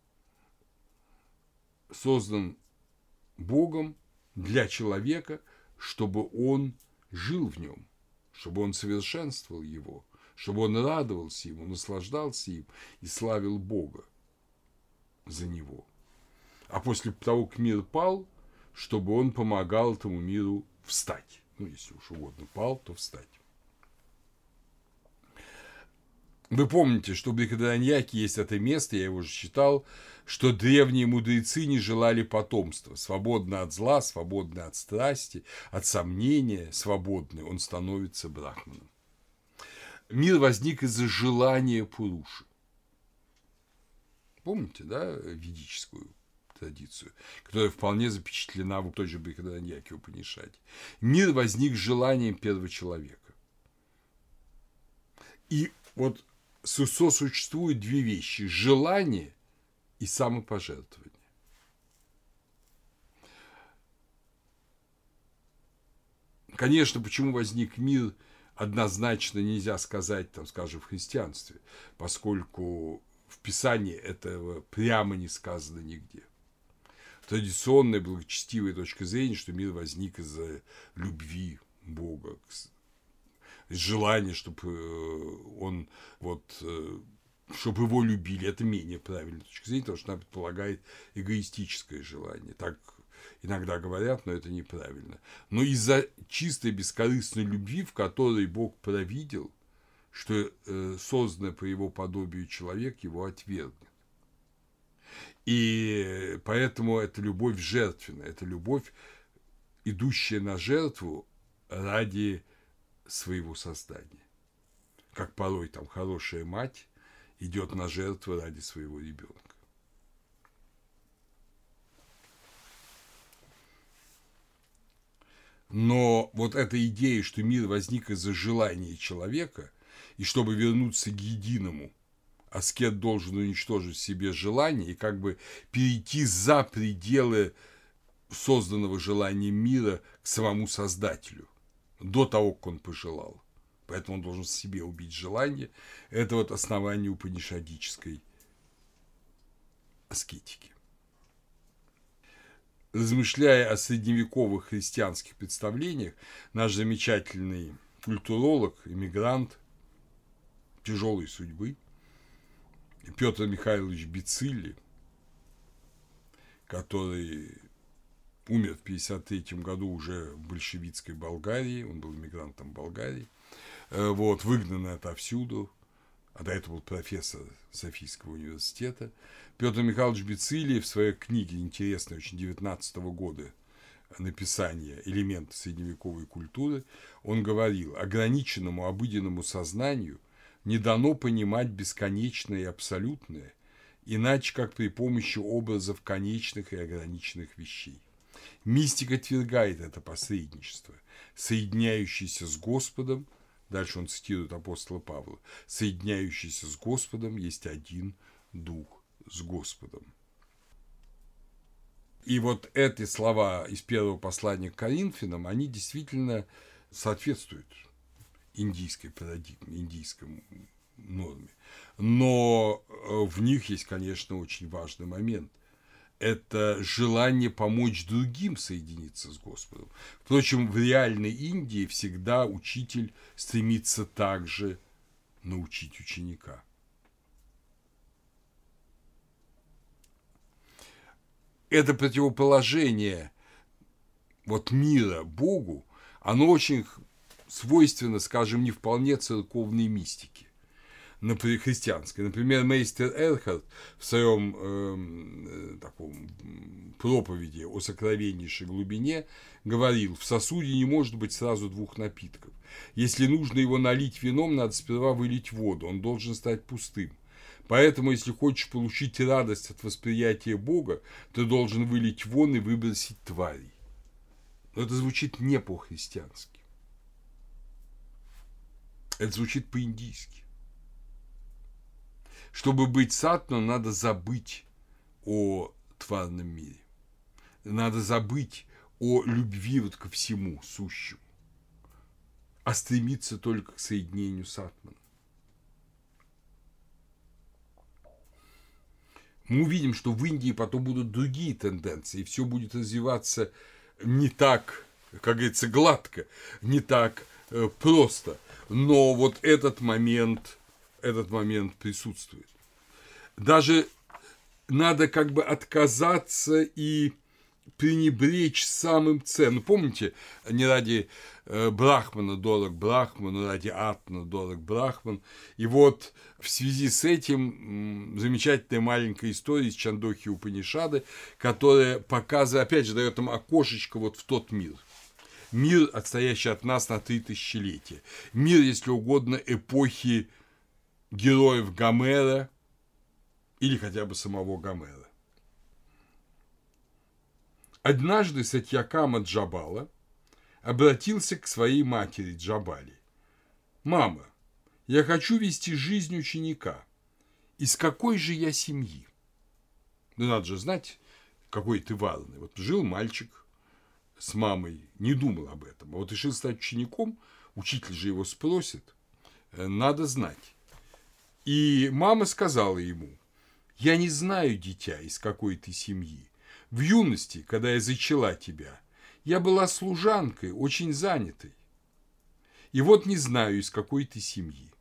создан Богом для человека, чтобы он жил в нем, чтобы он совершенствовал его, чтобы он радовался ему, наслаждался им и славил Бога за него. А после того, как мир пал, чтобы он помогал этому миру встать. Если уж угодно пал, то встать. Вы помните, что в Брихадараньяке есть это место, я его уже читал, что древние мудрецы не желали потомства. Свободно от зла, свободно от страсти, от сомнения, свободный, он становится брахманом. Мир возник из-за желания Пуруши. Помните, ведическую традицию, которая вполне запечатлена в той же Брихадараньяке Упанишаде. Мир возник с желанием первого человека. И вот сосуществуют две вещи – желание и самопожертвование. Конечно, почему возник мир, однозначно нельзя сказать, там, скажем, в христианстве, поскольку в Писании этого прямо не сказано нигде. Традиционная благочестивая точка зрения, что мир возник из-за любви Бога, желания, чтобы он чтобы его любили, это менее правильная точка зрения, потому что она предполагает эгоистическое желание. Так иногда говорят, но это неправильно. Но из-за чистой бескорыстной любви, в которой Бог провидел, что созданный по его подобию человек его отвергнет. И поэтому это любовь жертвенная, это любовь, идущая на жертву ради своего создания. Как порой там хорошая мать идет на жертву ради своего ребенка. Но вот эта идея, что мир возник из-за желания человека, и чтобы вернуться к единому, аскет должен уничтожить в себе желание и как бы перейти за пределы созданного желанием мира к самому Создателю, до того, как он пожелал. Поэтому он должен в себе убить желание. Это вот основание упанишадической аскетики. Размышляя о средневековых христианских представлениях, наш замечательный культуролог, иммигрант тяжелой судьбы Петр Михайлович Бицилли, который умер в 1953 году уже в большевистской Болгарии, он был иммигрантом Болгарии, выгнанный отовсюду, а до этого был профессор Софийского университета. Петр Михайлович Бицилли в своей книге, интересной, очень 19 года написания «Элементы средневековой культуры», он говорил: ограниченному обыденному сознанию не дано понимать бесконечное и абсолютное, иначе как при помощи образов конечных и ограниченных вещей. Мистика отвергает это посредничество, соединяющееся с Господом. Дальше он цитирует апостола Павла: «Соединяющийся с Господом есть один Дух с Господом». И вот эти слова из первого послания к Коринфянам, они действительно соответствуют индийской парадигме, индийской норме. Но в них есть, конечно, очень важный момент. Это желание помочь другим соединиться с Господом. Впрочем, в реальной Индии всегда учитель стремится также научить ученика. Это противоположение мира Богу, оно очень свойственно, скажем, не вполне церковной мистике, например, христианской. Например, мейстер Эрхард в своем таком проповеди о сокровеннейшей глубине говорил: в сосуде не может быть сразу двух напитков. Если нужно его налить вином, надо сперва вылить воду, он должен стать пустым. Поэтому, если хочешь получить радость от восприятия Бога, ты должен вылить вон и выбросить тварей. Но это звучит не по-христиански. Это звучит по-индийски. Чтобы быть сатманом, надо забыть о тварном мире. Надо забыть о любви ко всему сущему, а стремиться только к соединению с атманом. Мы увидим, что в Индии потом будут другие тенденции, и все будет развиваться не так, как говорится, гладко, не так просто. Но вот этот момент присутствует. Даже надо как бы отказаться и пренебречь самым ценным. Помните, не ради Брахмана дорог Брахман, но ради Атмана дорог Брахман. И вот в связи с этим замечательная маленькая история из Чандохи Упанишады, которая показывает, опять же, дает нам окошечко в тот мир. Мир, отстоящий от нас на 3 тысячелетия. Мир, если угодно, эпохи героев Гомера или хотя бы самого Гомера. Однажды Сатьякама Джабала обратился к своей матери Джабали. «Мама, я хочу вести жизнь ученика. Из какой же я семьи?» Ну, надо же знать, какой ты варный. Вот жил мальчик с мамой, не думал об этом. А вот решил стать учеником, учитель же его спросит, надо знать. И мама сказала ему: «Я не знаю, дитя, из какой ты семьи. В юности, когда я зачала тебя, я была служанкой, очень занятой. И вот не знаю, из какой ты семьи.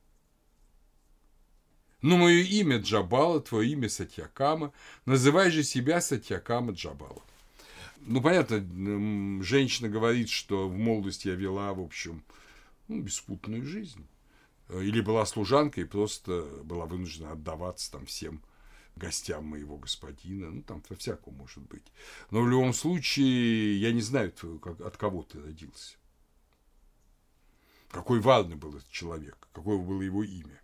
Но мое имя Джабала, твое имя Сатьякама, называй же себя Сатьякама Джабала». Ну, понятно, женщина говорит, что в молодости я вела, в общем, беспутную жизнь. Или была служанкой и просто была вынуждена отдаваться там всем гостям моего господина. Ну, там по-всякому может быть. Но в любом случае, я не знаю, от кого ты родился. Какой варный был этот человек, какое было его имя.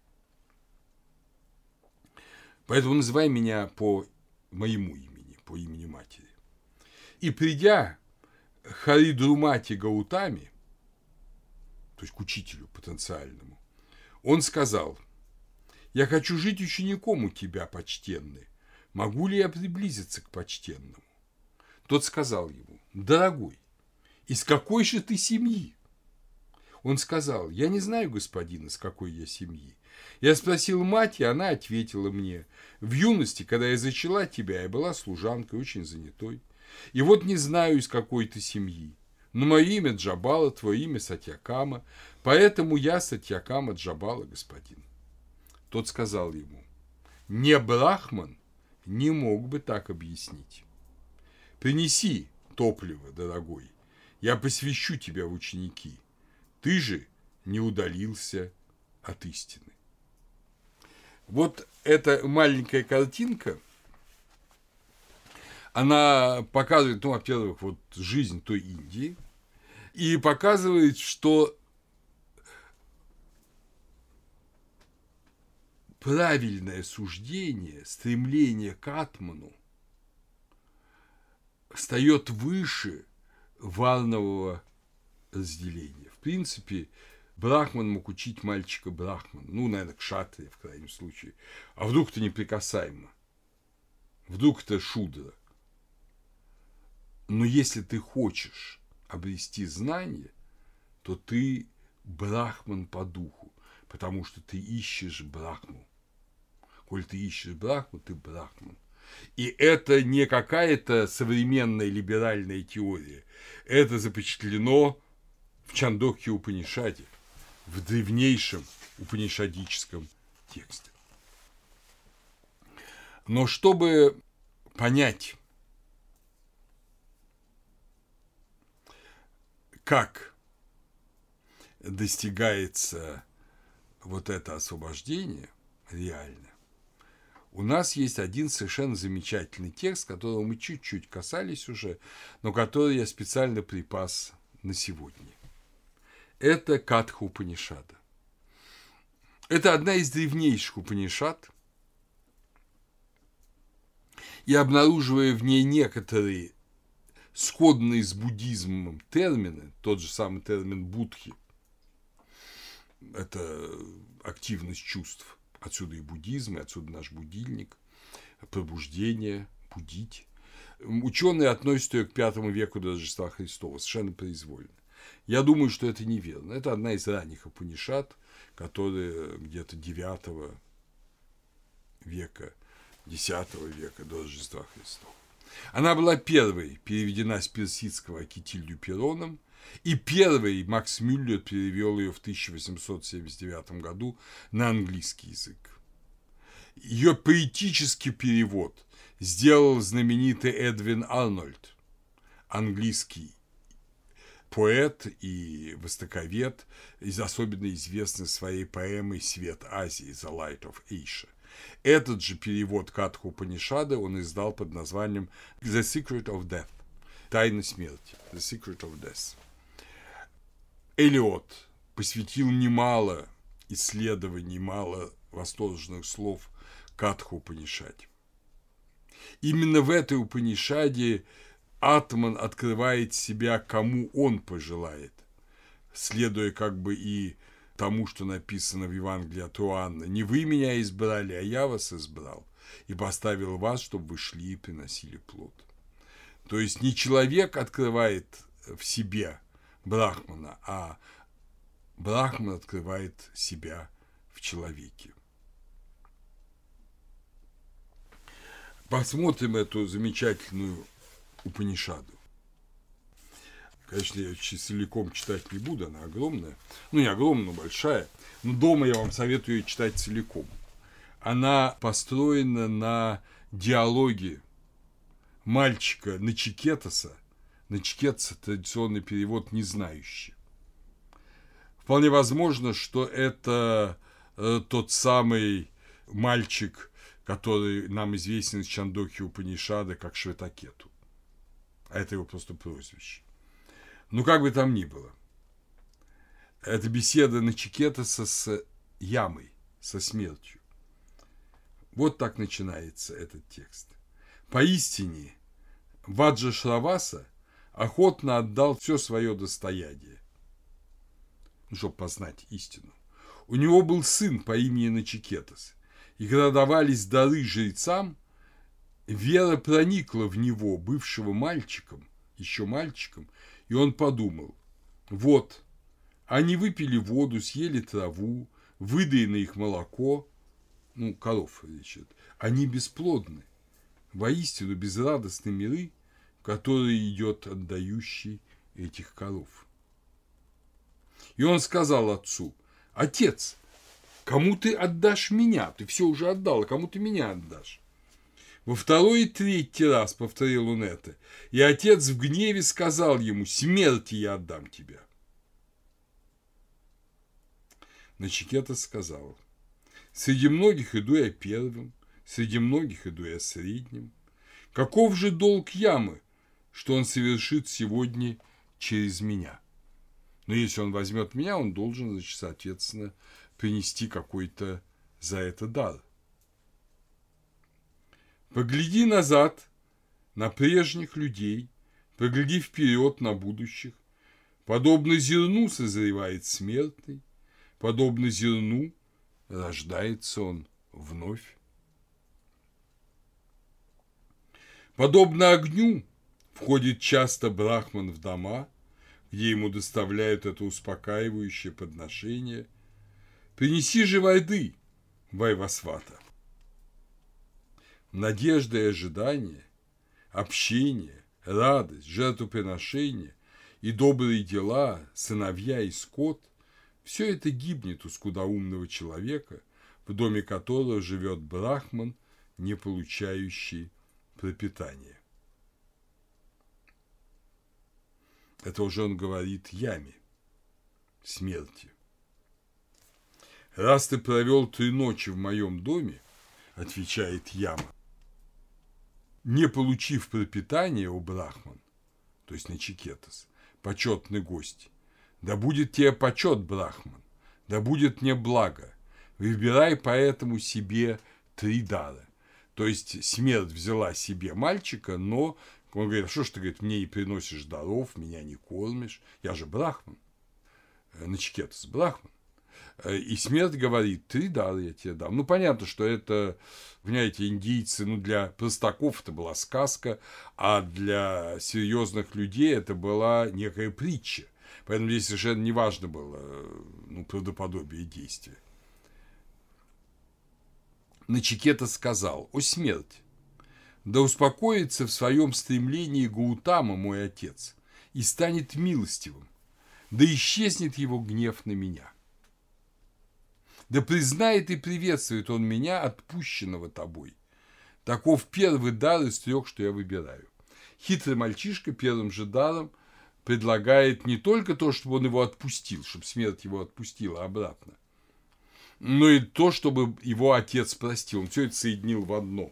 Поэтому называй меня по моему имени, по имени матери. И придя к Харидрумати Гаутами, то есть к учителю потенциальному, он сказал: «Я хочу жить учеником у тебя, почтенный. Могу ли я приблизиться к почтенному?» Тот сказал ему: «Дорогой, из какой же ты семьи?» Он сказал: «Я не знаю, господин, из какой я семьи. Я спросил мать, и она ответила мне: в юности, когда я зачала тебя, я была служанкой, очень занятой. И вот не знаю, из какой ты семьи. Но мое имя Джабала, твое имя Сатьякама, поэтому я Сатьякама Джабала, господин». Тот сказал ему: «Не брахман не мог бы так объяснить. Принеси топливо, дорогой, я посвящу тебя в ученики. Ты же не удалился от истины». Вот эта маленькая картинка, она показывает, ну, во-первых, вот жизнь той Индии, и показывает, что правильное суждение, стремление к атману встает выше варнового разделения. В принципе, брахман мог учить мальчика брахман, ну, наверное, кшатрия в крайнем случае. А вдруг ты неприкасаемо? Вдруг ты шудра? Но если ты хочешь обрести знание, то ты брахман по духу, потому что ты ищешь брахму. Коль ты ищешь брахму, ты брахман. И это не какая-то современная либеральная теория. Это запечатлено в Чандокья Упанишаде, в древнейшем упанишадическом тексте. Но чтобы понять, как достигается вот это освобождение реально, у нас есть один совершенно замечательный текст, которого мы чуть-чуть касались уже, но который я специально припас на сегодня. Это Катха Упанишада. Это одна из древнейших Упанишад, и обнаруживая в ней некоторые сходные с буддизмом термины, тот же самый термин будхи, это активность чувств, отсюда и буддизм, и отсюда наш будильник, пробуждение, будить. Ученые относят ее к V веку до Рождества Христова, совершенно произвольно. Я думаю, что это неверно. Это одна из ранних Упанишад, которые где-то 9 века, 10 века до Рождества Христова. Она была первой переведена с персидского Акитилью Пероном, и первый Макс Мюллер перевел ее в 1879 году на английский язык. Ее поэтический перевод сделал знаменитый Эдвин Арнольд, английский поэт и востоковед, особенно известный своей поэмой «Свет Азии» «The Light of Asia». Этот же перевод Катха Упанишады он издал под названием «The Secret of Death» – «Тайна смерти» – «The Secret of Death». Элиот посвятил немало исследований, немало восторженных слов Катха Упанишаде. Именно в этой Упанишаде атман открывает себя кому он пожелает, следуя как бы и тому, что написано в Евангелии от Иоанна: «Не вы меня избрали, а я вас избрал и поставил вас, чтобы вы шли и приносили плод». То есть не человек открывает в себе Брахмана, а Брахман открывает себя в человеке. Посмотрим эту замечательную Упанишаду. Конечно, я целиком читать не буду, она огромная. Ну, не огромная, но большая. Но дома я вам советую ее читать целиком. Она построена на диалоге мальчика Начикетаса. Начикетас – традиционный перевод «не знающий». Вполне возможно, что это тот самый мальчик, который нам известен из Чандокхи Упанишады как Шветакету. А это его просто прозвище. Ну, как бы там ни было. Это беседа Начикетаса с ямой, со смертью. Вот так начинается этот текст. «Поистине, Ваджа Шраваса охотно отдал все свое достояние, чтобы познать истину. У него был сын по имени Начикетас, и когда давались дары жрецам, вера проникла в него, бывшего мальчиком, еще мальчиком, и он подумал: вот, они выпили воду, съели траву, выдоено их молоко, ну, коров речь идет, они бесплодны, воистину безрадостны миры, в которые идет отдающий этих коров. И он сказал отцу: отец, кому ты отдашь меня? Ты все уже отдал, а кому ты меня отдашь? Во второй и третий раз повторил он это, и отец в гневе сказал ему: смерти я отдам тебя. Начикетас сказал: среди многих иду я первым, среди многих иду я средним. Каков же долг ямы, что он совершит сегодня через меня? Но если он возьмет меня, он должен, значит, соответственно, принести какой-то за это дар. Погляди назад на прежних людей, погляди вперед на будущих. Подобно зерну созревает смертный, подобно зерну рождается он вновь. Подобно огню входит часто брахман в дома, где ему доставляют это успокаивающее подношение. Принеси же воды, Вайвасвата. Надежда и ожидание, общение, радость, жертвоприношение и добрые дела, сыновья и скот – все это гибнет у скудоумного человека, в доме которого живет брахман, не получающий пропитания. Это уже он говорит яме, смерти. «Раз ты провел 3 ночи в моем доме, – отвечает яма, – не получив пропитания, о брахман, то есть Начикетас, почетный гость, да будет тебе почет, брахман, да будет мне благо, выбирай поэтому себе 3 дара». То есть смерть взяла себе мальчика, но он говорит: а что ж ты, говорит, мне не приносишь даров, меня не кормишь, я же брахман, Начикетас брахман. И смерть говорит: 3 дара я тебе дам. Ну, понятно, что это, понимаете, индийцы, ну, для простаков это была сказка, а для серьезных людей это была некая притча. Поэтому здесь совершенно не важно было, ну, правдоподобие действия. Начикетас сказал: о смерть, да успокоится в своем стремлении Гаутама, мой отец, и станет милостивым, да исчезнет его гнев на меня. Да признает и приветствует он меня, отпущенного тобой. Таков первый дар из 3, что я выбираю. Хитрый мальчишка первым же даром предлагает не только то, чтобы он его отпустил, чтобы смерть его отпустила обратно, но и то, чтобы его отец простил. Он все это соединил в одно.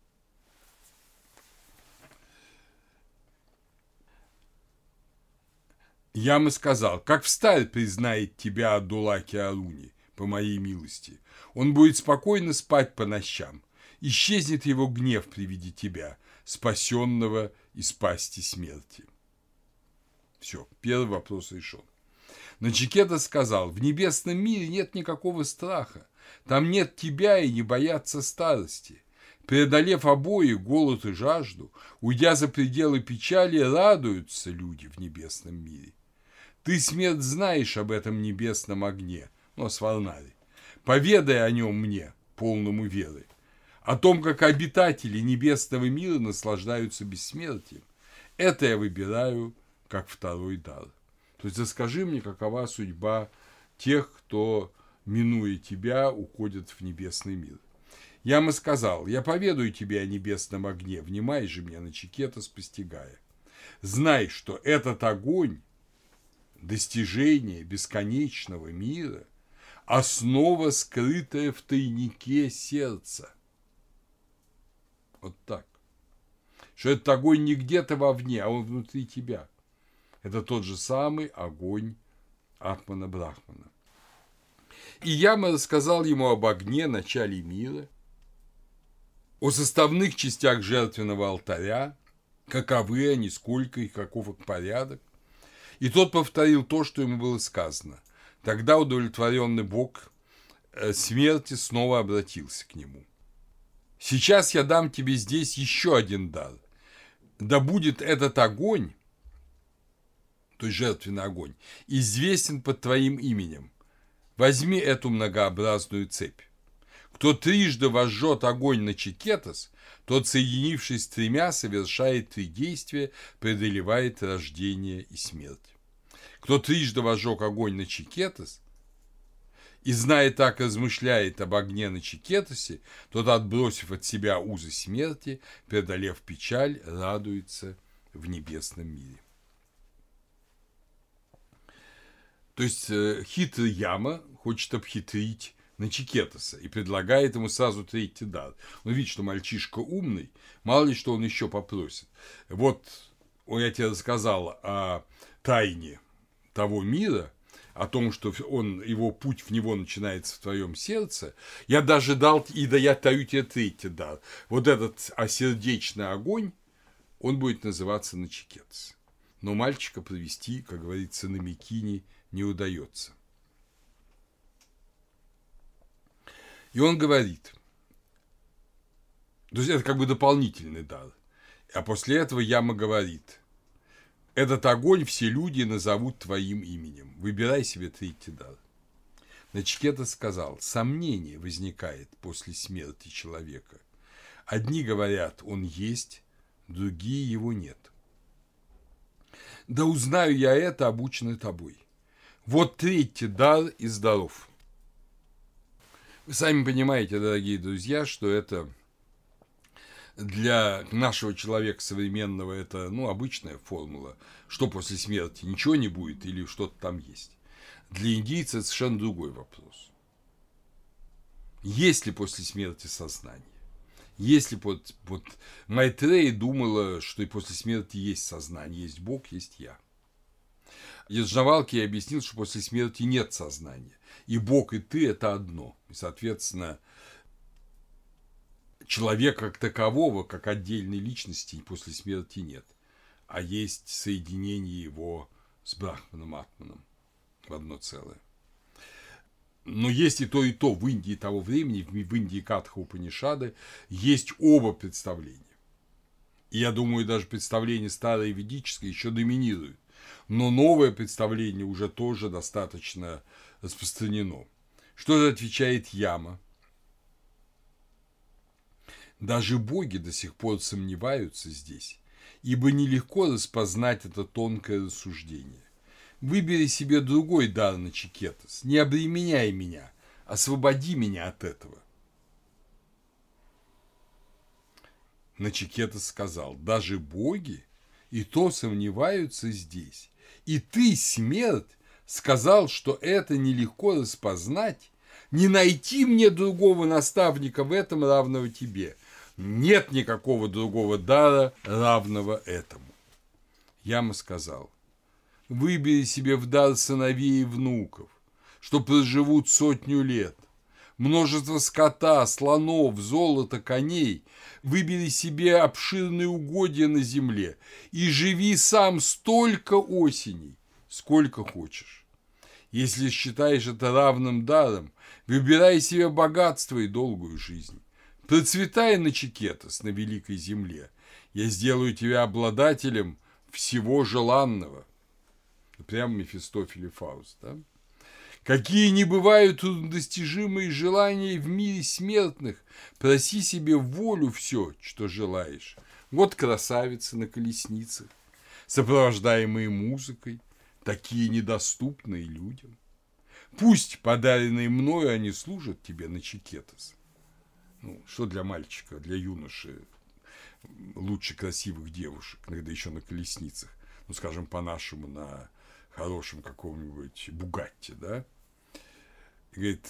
Яма сказал: как встарь признает тебя Адулаки Аруни, по моей милости, он будет спокойно спать по ночам, исчезнет его гнев при виде тебя, спасенного из пасти смерти. Все, первый вопрос решен. Начикета сказал: в небесном мире нет никакого страха, там нет тебя и не боятся старости. Преодолев обои, голод и жажду, уйдя за пределы печали, радуются люди в небесном мире. Ты, смерть, знаешь об этом небесном огне, но Сварнари. Поведай о нем мне, полному веры, о том, как обитатели небесного мира наслаждаются бессмертием. Это я выбираю как второй дар. То есть расскажи мне, какова судьба тех, кто, минуя тебя, уходит в небесный мир. Яма сказал: я поведаю тебе о небесном огне, внимай же мне, Начикетас, постигая. Знай, что этот огонь – достижение бесконечного мира, основа, скрытая в тайнике сердца. Вот так. Что этот огонь не где-то вовне, а он внутри тебя. Это тот же самый огонь Атмана Брахмана. И Яма рассказал ему об огне, начале мира, о составных частях жертвенного алтаря, каковы они, сколько их, каков их порядок. И тот повторил то, что ему было сказано. Тогда удовлетворенный Бог смерти снова обратился к нему. Сейчас я дам тебе здесь еще один дар. Да будет этот огонь, то есть жертвенный огонь, известен под твоим именем. Возьми эту многообразную цепь. Кто трижды возжжет огонь Начикетас, тот, соединившись с тремя, совершает три действия, преодолевает рождение и смерть. Кто трижды возжег огонь Начикетас и, зная так, размышляет об огне Начикетасе, тот, отбросив от себя узы смерти, преодолев печаль, радуется в небесном мире. То есть хитрый Яма хочет обхитрить Начикетаса и предлагает ему сразу третий дар. Он видит, что мальчишка умный, мало ли что он еще попросит. Вот я тебе рассказал о тайне того мира, о том, что его путь в него начинается в твоем сердце. Я даже дал, я даю тебе третий дар. Вот этот осердечный огонь, он будет называться Начикетас. Но мальчика провести, как говорится, на Микине не удается. И он говорит, то есть это как бы дополнительный дар. А после этого Яма говорит: этот огонь все люди назовут твоим именем. Выбирай себе третий дар. Начикетас сказал: сомнение возникает после смерти человека. Одни говорят, он есть, другие его нет. Да узнаю я это, обученный тобой. Вот третий дар из даров. Вы сами понимаете, дорогие друзья, что это для нашего человека современного это, обычная формула. Что после смерти? Ничего не будет или что-то там есть? Для индийца это совершенно другой вопрос. Есть ли после смерти сознание? Если вот Майтрея думала, что и после смерти есть сознание, есть Бог, есть я. Яджнавалки объяснил, что после смерти нет сознания. И Бог, и ты – это одно. И, соответственно, человека как такового, как отдельной личности, после смерти нет. А есть соединение его с Брахманом Атманом в одно целое. Но есть и то в Индии того времени, в Индии Катха Упанишады, есть оба представления. И я думаю, даже представление старое и ведическое еще доминирует. Но новое представление уже тоже достаточно распространено. Что же отвечает Яма? Даже боги до сих пор сомневаются здесь, ибо нелегко распознать это тонкое рассуждение. Выбери себе другой дар, Начикетас, не обременяй меня, освободи меня от этого. Начикетас сказал: даже боги и то сомневаются здесь. И ты, смерть, сказал, что это нелегко распознать, не найти мне другого наставника в этом, равного тебе. Нет никакого другого дара, равного этому. Яма сказал: выбери себе в дар сыновей и внуков, что проживут 100 лет. множество скота, слонов, золота, коней. Выбери себе обширные угодья на земле и живи сам столько осеней, сколько хочешь. Если считаешь это равным даром, выбирай себе богатство и долгую жизнь. Процветай, Начикетос, на великой земле. Я сделаю тебя обладателем всего желанного. Прям Мефистофель и Фауст, да? Какие не бывают труднодостижимые желания в мире смертных, проси себе в волю все, что желаешь. Вот красавицы на колесницах, сопровождаемые музыкой, такие недоступные людям. Пусть подаренные мною они служат тебе, Начикетос. Ну, что для мальчика, для юноши лучше красивых девушек, иногда еще на колесницах, ну, скажем, по-нашему, на хорошем каком-нибудь Бугатти, да? И говорит,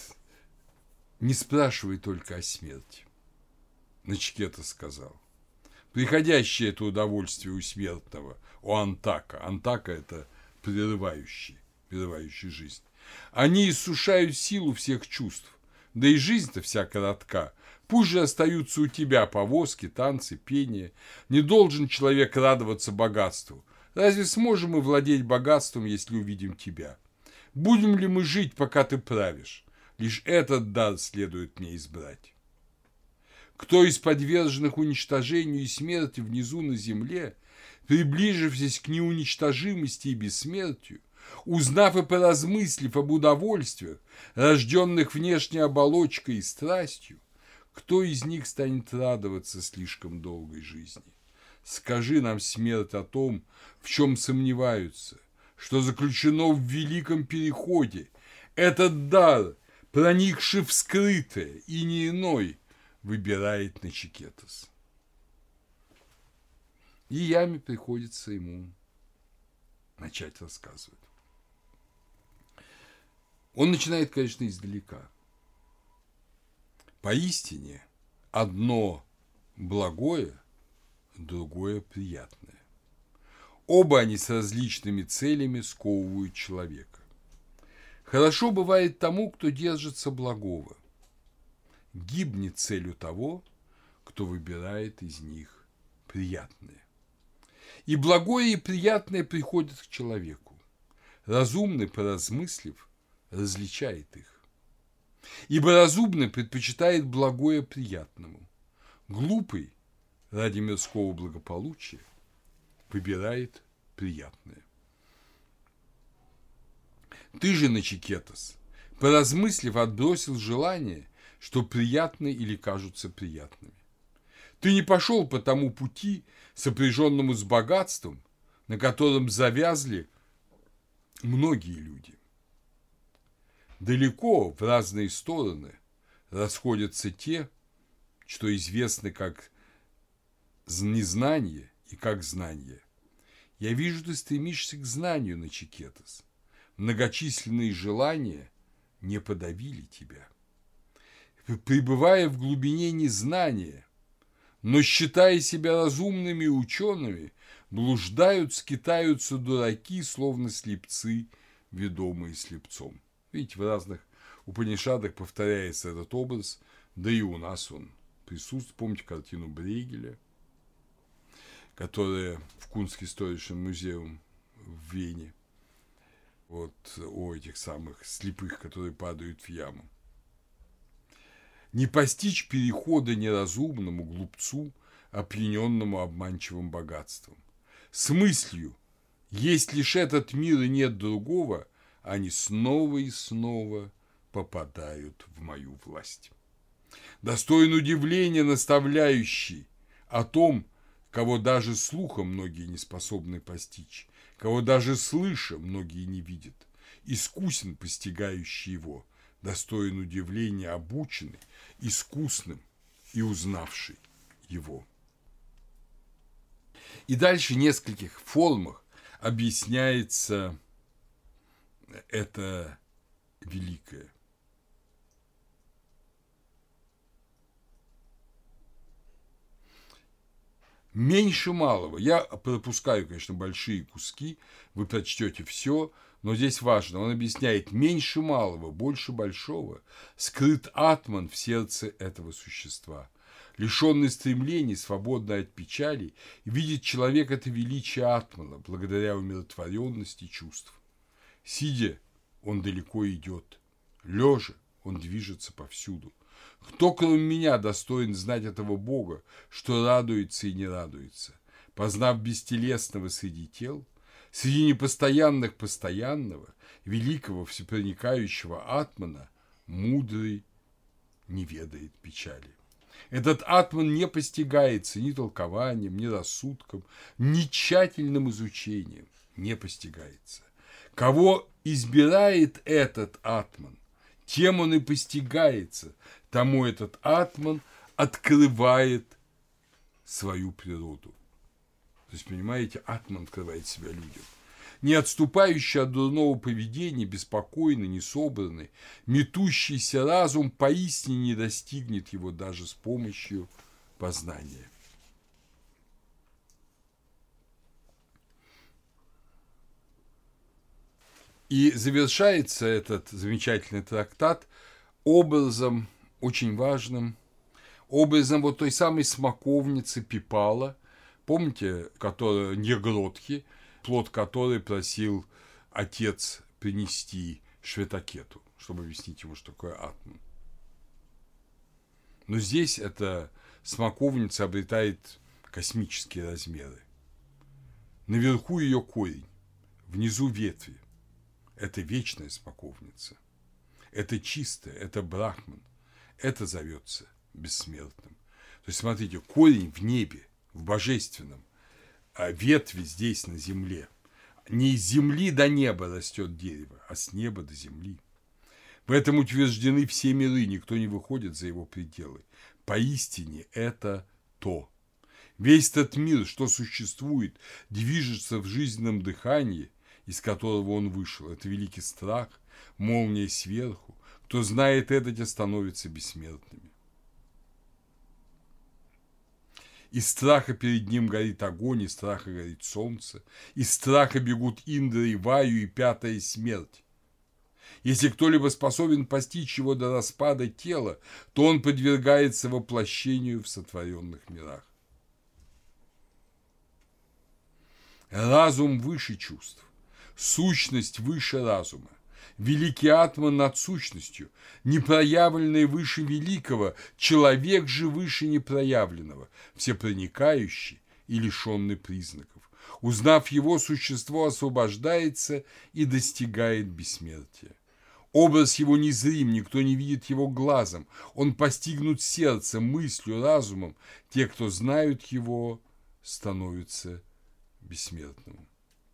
не спрашивай только о смерти. Начикетос сказал. Приходящее это удовольствие у смертного, у Антака. Антака – это прерывающий жизнь. Они иссушают силу всех чувств. Да и жизнь-то вся коротка. Пусть же остаются у тебя повозки, танцы, пение. Не должен человек радоваться богатству. Разве сможем мы владеть богатством, если увидим тебя? Будем ли мы жить, пока ты правишь? Лишь этот дар следует мне избрать. Кто из подверженных уничтожению и смерти внизу на земле, приближившись к неуничтожимости и бессмертию, узнав и поразмыслив об удовольствиях, рожденных внешней оболочкой и страстью, кто из них станет радоваться слишком долгой жизни? Скажи нам, смерть, о том, в чем сомневаются, что заключено в великом переходе. Этот дар, проникший в скрытое и не иной, выбирает Начикетос. И Яме приходится ему начать рассказывать. Он начинает, конечно, издалека. Поистине, одно благое, другое приятное. Оба они с различными целями сковывают человека. Хорошо бывает тому, кто держится благого. Гибнет целью того, кто выбирает из них приятное. И благое, и приятное приходят к человеку. Разумный, поразмыслив, различает их. Ибо разумный предпочитает благое приятному. Глупый, ради мирского благополучия, выбирает приятное. Ты же, Начикетос, поразмыслив, отбросил желание, что приятны или кажутся приятными. Ты не пошел по тому пути, сопряженному с богатством, на котором завязли многие люди. Далеко, в разные стороны, расходятся те, что известны как незнание и как знание. Я вижу, ты стремишься к знанию, Начикетос. Многочисленные желания не подавили тебя. Пребывая в глубине незнания, но считая себя разумными и учеными, блуждают, скитаются дураки, словно слепцы, ведомые слепцом. Видите, в разных Упанишадах повторяется этот образ, да и у нас он присутствует. Помните картину Брейгеля, которая в Кунстхисторischen музеум в Вене, вот о этих самых слепых, которые падают в яму. Не постичь перехода неразумному глупцу, опьяненному обманчивым богатством. С мыслью, есть лишь этот мир и нет другого, они снова и снова попадают в мою власть. Достоин удивления наставляющий о том, кого даже слухом многие не способны постичь, кого даже слыша многие не видят, искусен постигающий его, достоин удивления обученный, искусным и узнавший его. И дальше в нескольких формах объясняется это великое. Меньше малого. Я пропускаю, конечно, большие куски, вы прочтете все, Но здесь важно, он объясняет, меньше малого, больше большого, скрыт атман в сердце этого существа. Лишенный стремлений, свободный от печали, видит человек это величие атмана, благодаря умиротворенности чувств. Сидя, он далеко идет, лежа, он движется повсюду. Кто, кроме меня, достоин знать этого Бога, что радуется и не радуется? Познав бестелесного среди тел, среди непостоянных постоянного, великого всепроникающего атмана, мудрый не ведает печали. Этот атман не постигается ни толкованием, ни рассудком, ни тщательным изучением, не постигается. Кого избирает этот атман, тем он и постигается, тому этот атман открывает свою природу. То есть, понимаете, атман открывает себя людям. Не отступающий от дурного поведения, беспокойный, несобранный, метущийся разум поистине не достигнет его даже с помощью познания. И завершается этот замечательный трактат образом очень важным, образом вот той самой смоковницы Пипала, помните, которая Нигродхи, плод которой просил отец принести Шветакету, чтобы объяснить ему, что такое атман. Но здесь эта смоковница обретает космические размеры. Наверху ее корень, внизу ветви. Это вечная смоковница. Это чистое, это брахман. Это зовется бессмертным. То есть, смотрите, корень в небе, в божественном, а ветви здесь на земле. Не из земли до неба растет дерево, а с неба до земли. В этом утверждены все миры, никто не выходит за его пределы. Поистине это то. Весь этот мир, что существует, движется в жизненном дыхании, из которого он вышел. Это великий страх, молния сверху. Кто знает это, те становятся бессмертными. Из страха перед ним горит огонь, из страха горит солнце, из страха бегут Индра и Ваю и пятая смерть. Если кто-либо способен постичь его до распада тела, то он подвергается воплощению в сотворенных мирах. Разум выше чувств, сущность выше разума. Великий атман над сущностью, непроявленный выше великого, человек же выше непроявленного, всепроникающий и лишенный признаков. Узнав его, существо освобождается и достигает бессмертия. Образ его незрим, никто не видит его глазом, он постигнут сердцем, мыслью, разумом. Те, кто знают его, становятся бессмертным.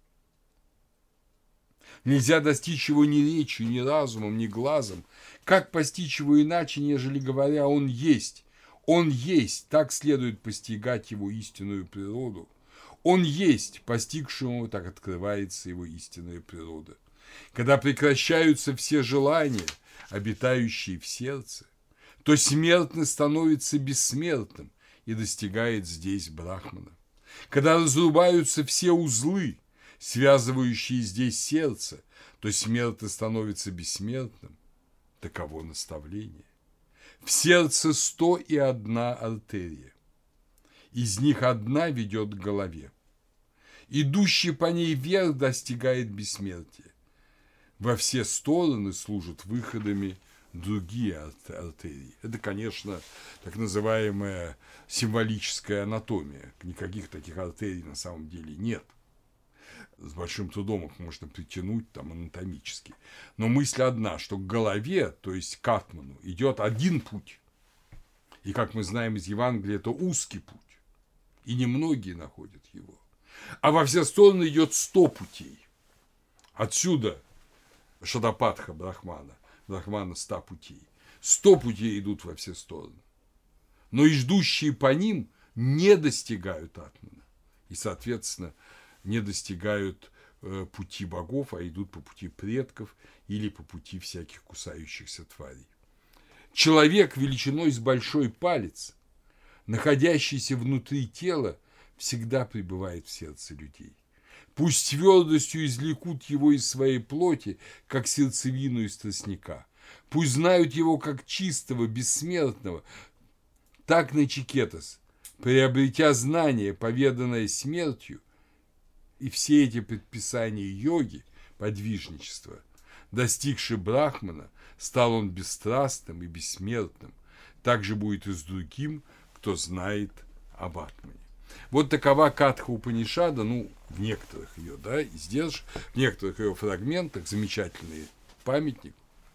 Нельзя достичь его ни речью, ни разумом, ни глазом. Как постичь его иначе, нежели говоря «он есть»? Он есть, так следует постигать его истинную природу. Он есть, постигшему так открывается его истинная природа. Когда прекращаются все желания, обитающие в сердце, то смертный становится бессмертным и достигает здесь брахмана. Когда разрубаются все узлы, связывающие здесь сердце, то смертный становится бессмертным. Таково наставление. В сердце 101 артерия. Из них одна ведет к голове. Идущий по ней вверх достигает бессмертия. Во все стороны служат выходами другие артерии. Это, конечно, так называемая символическая анатомия. Никаких таких артерий на самом деле нет. С большим трудом их можно притянуть там анатомически. Но мысль одна, что к голове, то есть к атману, идет один путь. И, как мы знаем из Евангелия, это узкий путь. И немногие находят его. А во все стороны идет 100 путей. Отсюда Шадападха Брахмана, 100 путей. 100 путей идут во все стороны. Но и ждущие по ним не достигают атмана. И, соответственно, не достигают пути богов, а идут по пути предков или по пути всяких кусающихся тварей. Человек величиной с большой палец, находящийся внутри тела, всегда пребывает в сердце людей. Пусть твердостью извлекут его из своей плоти, как сердцевину из тростника. Пусть знают его как чистого, бессмертного. Так Начикетас, приобретя знание, поведанное смертью, и все эти предписания йоги, подвижничества, достигши Брахмана, стал он бесстрастным и бессмертным. Так же будет и с другим, кто знает об Атмане. Вот такова Катха Упанишада, в некоторых ее, издержках, в некоторых ее фрагментах, замечательный памятник.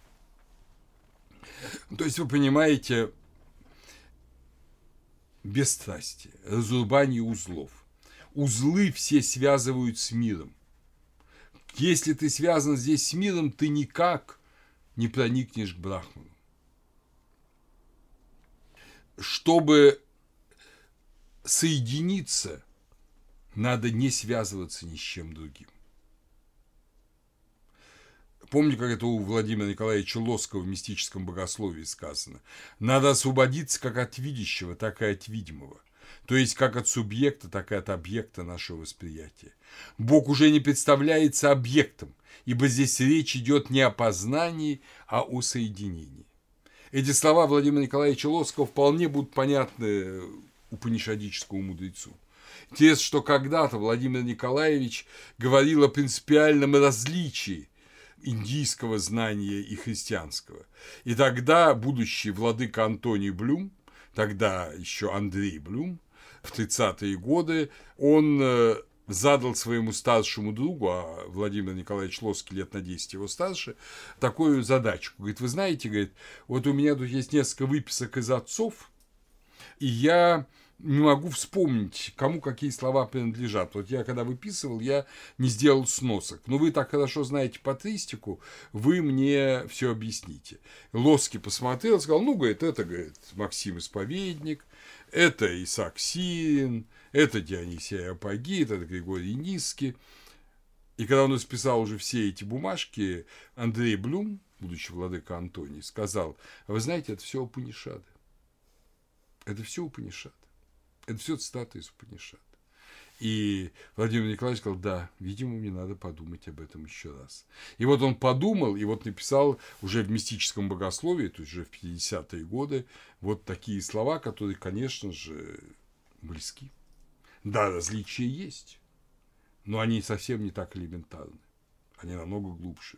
То есть, вы понимаете, бесстрастие, разрубание узлов. Узлы все связывают с миром. Если ты связан здесь с миром, ты никак не проникнешь к Брахману. Чтобы соединиться, надо не связываться ни с чем другим. Помните, как это у Владимира Николаевича Лосского в мистическом богословии сказано? Надо освободиться как от видящего, так и от видимого. То есть, как от субъекта, так и от объекта нашего восприятия. Бог уже не представляется объектом, ибо здесь речь идет не о познании, а о соединении. Эти слова Владимира Николаевича Лосского вполне будут понятны упанишадическому мудрецу. Интересно, что когда-то Владимир Николаевич говорил о принципиальном различии индийского знания и христианского. И тогда будущий владыка Антоний Блюм, тогда еще Андрей Блюм, в 30-е годы, он задал своему старшему другу, а Владимир Николаевич Лосский лет на 10 его старше, такую задачку. Говорит, вы знаете, говорит, вот у меня тут есть несколько выписок из отцов, и я не могу вспомнить, кому какие слова принадлежат. Вот я, когда выписывал, я не сделал сносок. Но вы так хорошо знаете патристику, вы мне все объясните. Лосский посмотрел, сказал, говорит, это, говорит, Максим Исповедник, это Исаак Сирин, это Дионисий Ареопагит, это Григорий Нисский. И когда он исписал уже все эти бумажки, Андрей Блюм, будущий владыка Антоний, сказал, а вы знаете, это все Упанишады. Это все Упанишады. Это все цитаты из Упанишад. И Владимир Николаевич сказал, да, видимо, мне надо подумать об этом еще раз. И вот он подумал, и вот написал уже в мистическом богословии, то есть уже в 50-е годы, вот такие слова, которые, конечно же, близки. Да, различия есть, но они совсем не так элементарны. Они намного глубже.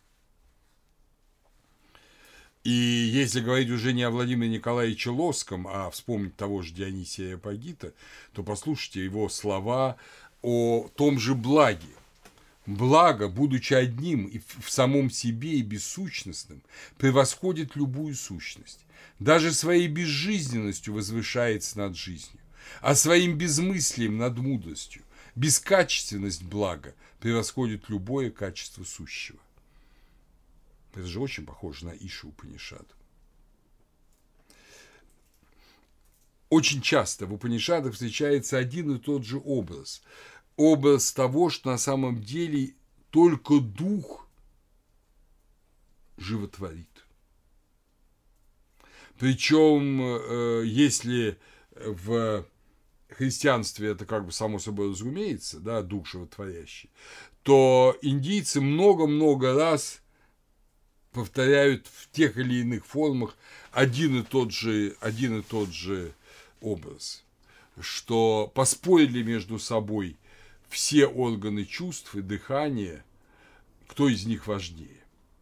И если говорить уже не о Владимире Николаевиче Лосском, а вспомнить того же Дионисия Ареопагита, то послушайте его слова о том же благе. Благо, будучи одним и в самом себе и бессущностным, превосходит любую сущность. Даже своей безжизненностью возвышается над жизнью, а своим безмыслием над мудростью. Бескачественность блага превосходит любое качество сущего. Это же очень похоже на Иша Упанишаду. Очень часто в Упанишадах встречается один и тот же образ. Образ того, что на самом деле только дух животворит. Причем, если в христианстве это как бы само собой разумеется, да, дух животворящий, то индийцы много-много раз повторяют в тех или иных формах один и тот же образ, что поспорили между собой все органы чувств и дыхания, кто из них важнее.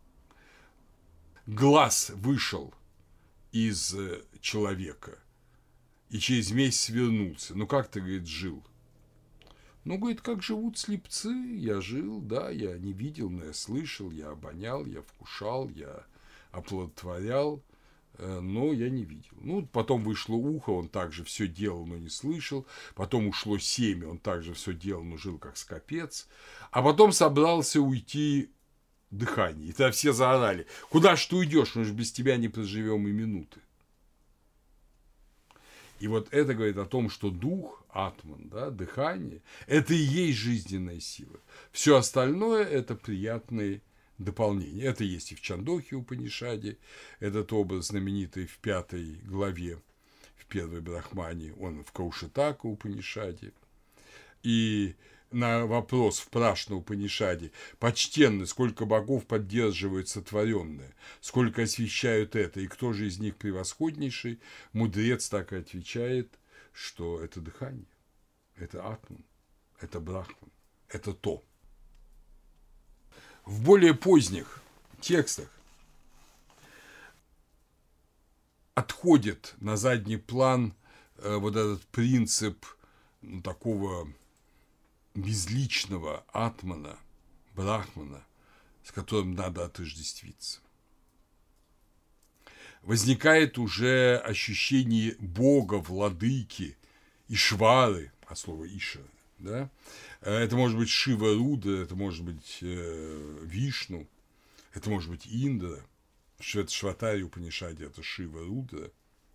Глаз вышел из человека и через месяц вернулся. Как ты, говорит, жил? Говорит, как живут слепцы, я жил, да, я не видел, но я слышал, я обонял, я вкушал, я оплодотворял, но я не видел. Потом вышло ухо, он также все делал, но не слышал, потом ушло семя, он также все делал, но жил как скопец, а потом собрался уйти дыхание, и тогда все заорали, куда ж ты уйдешь, мы же без тебя не проживем и минуты. И вот это говорит о том, что дух, атман, да, дыхание, это и есть жизненная сила. Все остальное – это приятные дополнения. Это есть и в Чандохе Упанишаде, этот образ знаменитый в 5 главе, в 1 Брахмане, он в Каушитака Упанишаде. И на вопрос в Прашна Упанишаде: «Почтенный, сколько богов поддерживают сотворенное, сколько освящают это, и кто же из них превосходнейший?» Мудрец так и отвечает, что это дыхание, это атман, это брахман, это то. В более поздних текстах отходит на задний план вот этот принцип такого безличного атмана, брахмана, с которым надо отождествиться. Возникает уже ощущение Бога, владыки, Ишвары, от слова Иша, да? Это может быть Шива Рудра, это может быть Вишну, это может быть Индра, в Шватаре Упанишаде это Шива Рудра.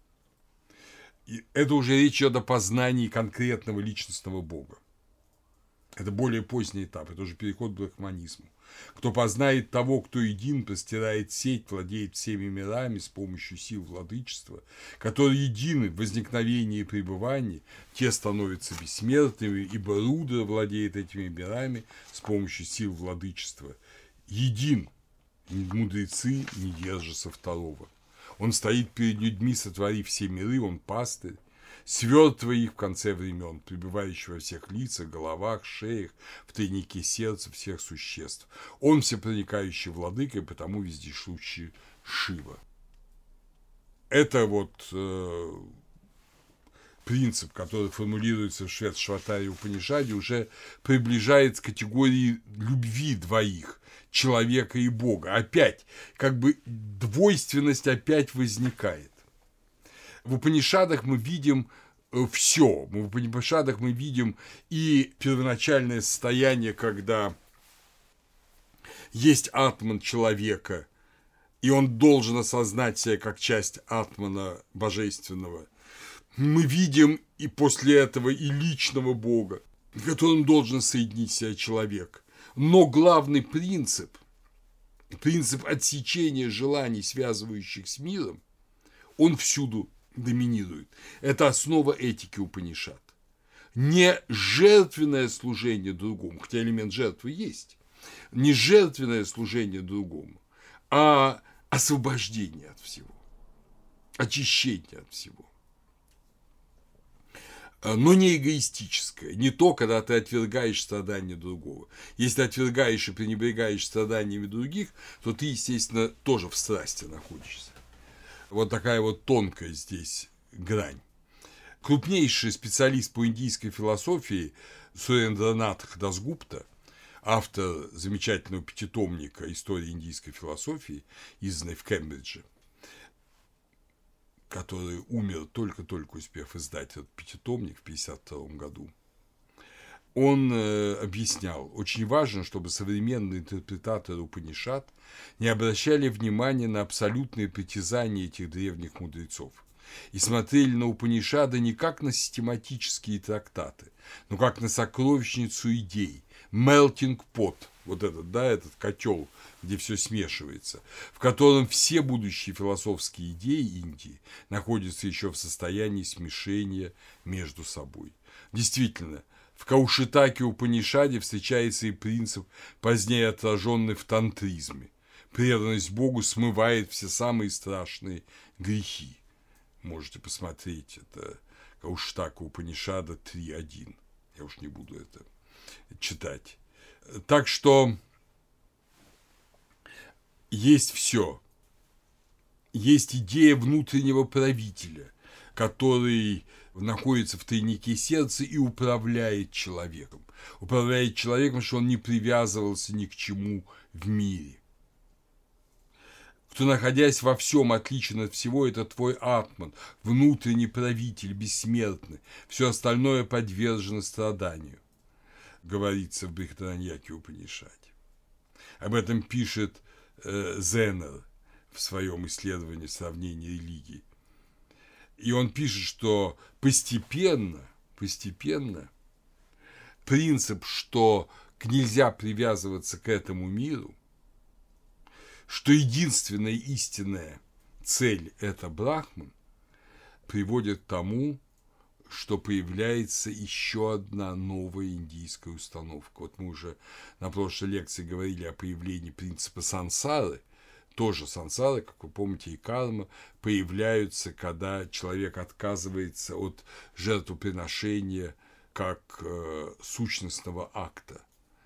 И это уже речь идет о познании конкретного личностного Бога. Это более поздний этап, это уже переход к брахманизму. Кто познает того, кто един, простирает сеть, владеет всеми мирами с помощью сил владычества, которые едины в возникновении и пребывании, те становятся бессмертными, ибо Рудра владеет этими мирами с помощью сил владычества. Един, мудрецы не держатся второго. Он стоит перед людьми, сотворив все миры, он пастырь, свертывая их в конце времен, пребывающий во всех лицах, головах, шеях, в тайнике сердца всех существ. Он всепроникающий владыка, и потому вездесущий Шива. Это вот принцип, который формулируется в Шватаре Упанишаде, уже приближает к категории любви двоих, человека и Бога. Опять, как бы двойственность опять возникает. В Упанишадах мы видим все. В Упанишадах мы видим и первоначальное состояние, когда есть атман человека, и он должен осознать себя как часть атмана божественного. Мы видим и после этого и личного Бога, в котором должен соединить себя человек. Но главный принцип отсечения желаний, связывающих с миром, он всюду доминирует. Это основа этики Упанишад. Не жертвенное служение другому, хотя элемент жертвы есть, не жертвенное служение другому, а освобождение от всего, очищение от всего. Но не эгоистическое, не то, когда ты отвергаешь страдания другого. Если отвергаешь и пренебрегаешь страданиями других, то ты, естественно, тоже в страсти находишься. Вот такая вот тонкая здесь грань. Крупнейший специалист по индийской философии Сурендранатх Дасгупта, автор замечательного пятитомника «История индийской философии», изданной в Кембридже, который умер, только-только успев издать этот пятитомник в 1952 году, он объяснял: очень важно, чтобы современные интерпретаторы Упанишад не обращали внимания на абсолютные притязания этих древних мудрецов и смотрели на Упанишады не как на систематические трактаты, но как на сокровищницу идей, melting pot, вот этот, да, этот котел, где все смешивается, в котором все будущие философские идеи Индии находятся еще в состоянии смешения между собой. Действительно, в Каушитаке Упанишаде встречается и принцип, позднее отраженный в тантризме. Преданность Богу смывает все самые страшные грехи. Можете посмотреть, это Каушитака Упанишада 3.1. Я уж не буду это читать. Так что есть все. Есть идея внутреннего правителя, который находится в тайнике сердца и управляет человеком. Управляет человеком, что он не привязывался ни к чему в мире. Кто, находясь во всем, отличен от всего, это твой атман, внутренний правитель, бессмертный. Все остальное подвержено страданию, говорится в Брихадараньяке Упанишаде. Об этом пишет Зенер в своем исследовании сравнения религий. И он пишет, что постепенно принцип, что нельзя привязываться к этому миру, что единственная истинная цель – это Брахман, приводит к тому, что появляется еще одна новая индийская установка. Вот мы уже на прошлой лекции говорили о появлении принципа сансары. Тоже сансары, как вы помните, и карма появляются, когда человек отказывается от жертвоприношения как сущностного акта.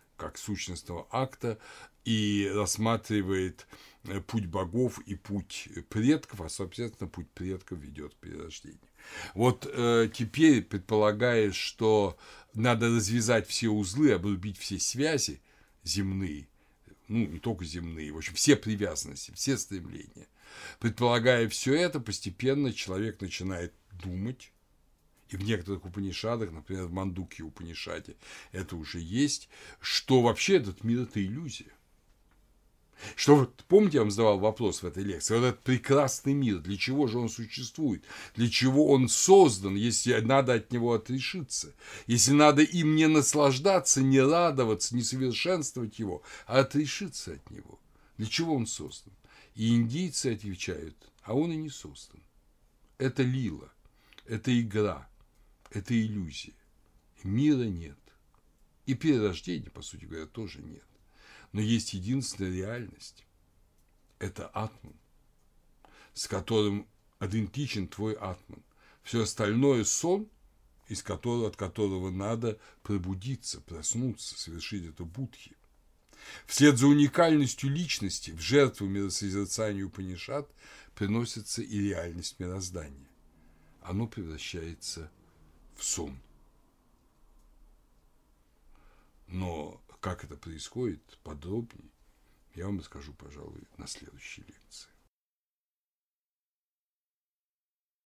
И рассматривает путь богов и путь предков, а, соответственно, путь предков ведет к перерождению. Вот теперь, предполагая, что надо развязать все узлы, обрубить все связи земные, ну, не только земные, в общем, все привязанности, все стремления, предполагая все это, постепенно человек начинает думать, и в некоторых Упанишадах, например, в Мандукье Упанишаде, это уже есть, что вообще этот мир – это иллюзия. Что вот, помните, я вам задавал вопрос в этой лекции, вот этот прекрасный мир, для чего же он существует, для чего он создан, если надо от него отрешиться, если надо им не наслаждаться, не радоваться, не совершенствовать его, а отрешиться от него. Для чего он создан? И индийцы отвечают, а он и не создан. Это лила, это игра, это иллюзия. Мира нет. И перерождения, по сути говоря, тоже нет. Но есть единственная реальность – это атман, с которым идентичен твой атман. Все остальное – сон, от которого надо пробудиться, проснуться, совершить это будхи. Вслед за уникальностью личности в жертву миросозерцанию Упанишад приносится и реальность мироздания. Оно превращается в сон. Но как это происходит подробнее, я вам расскажу, пожалуй, на следующей лекции.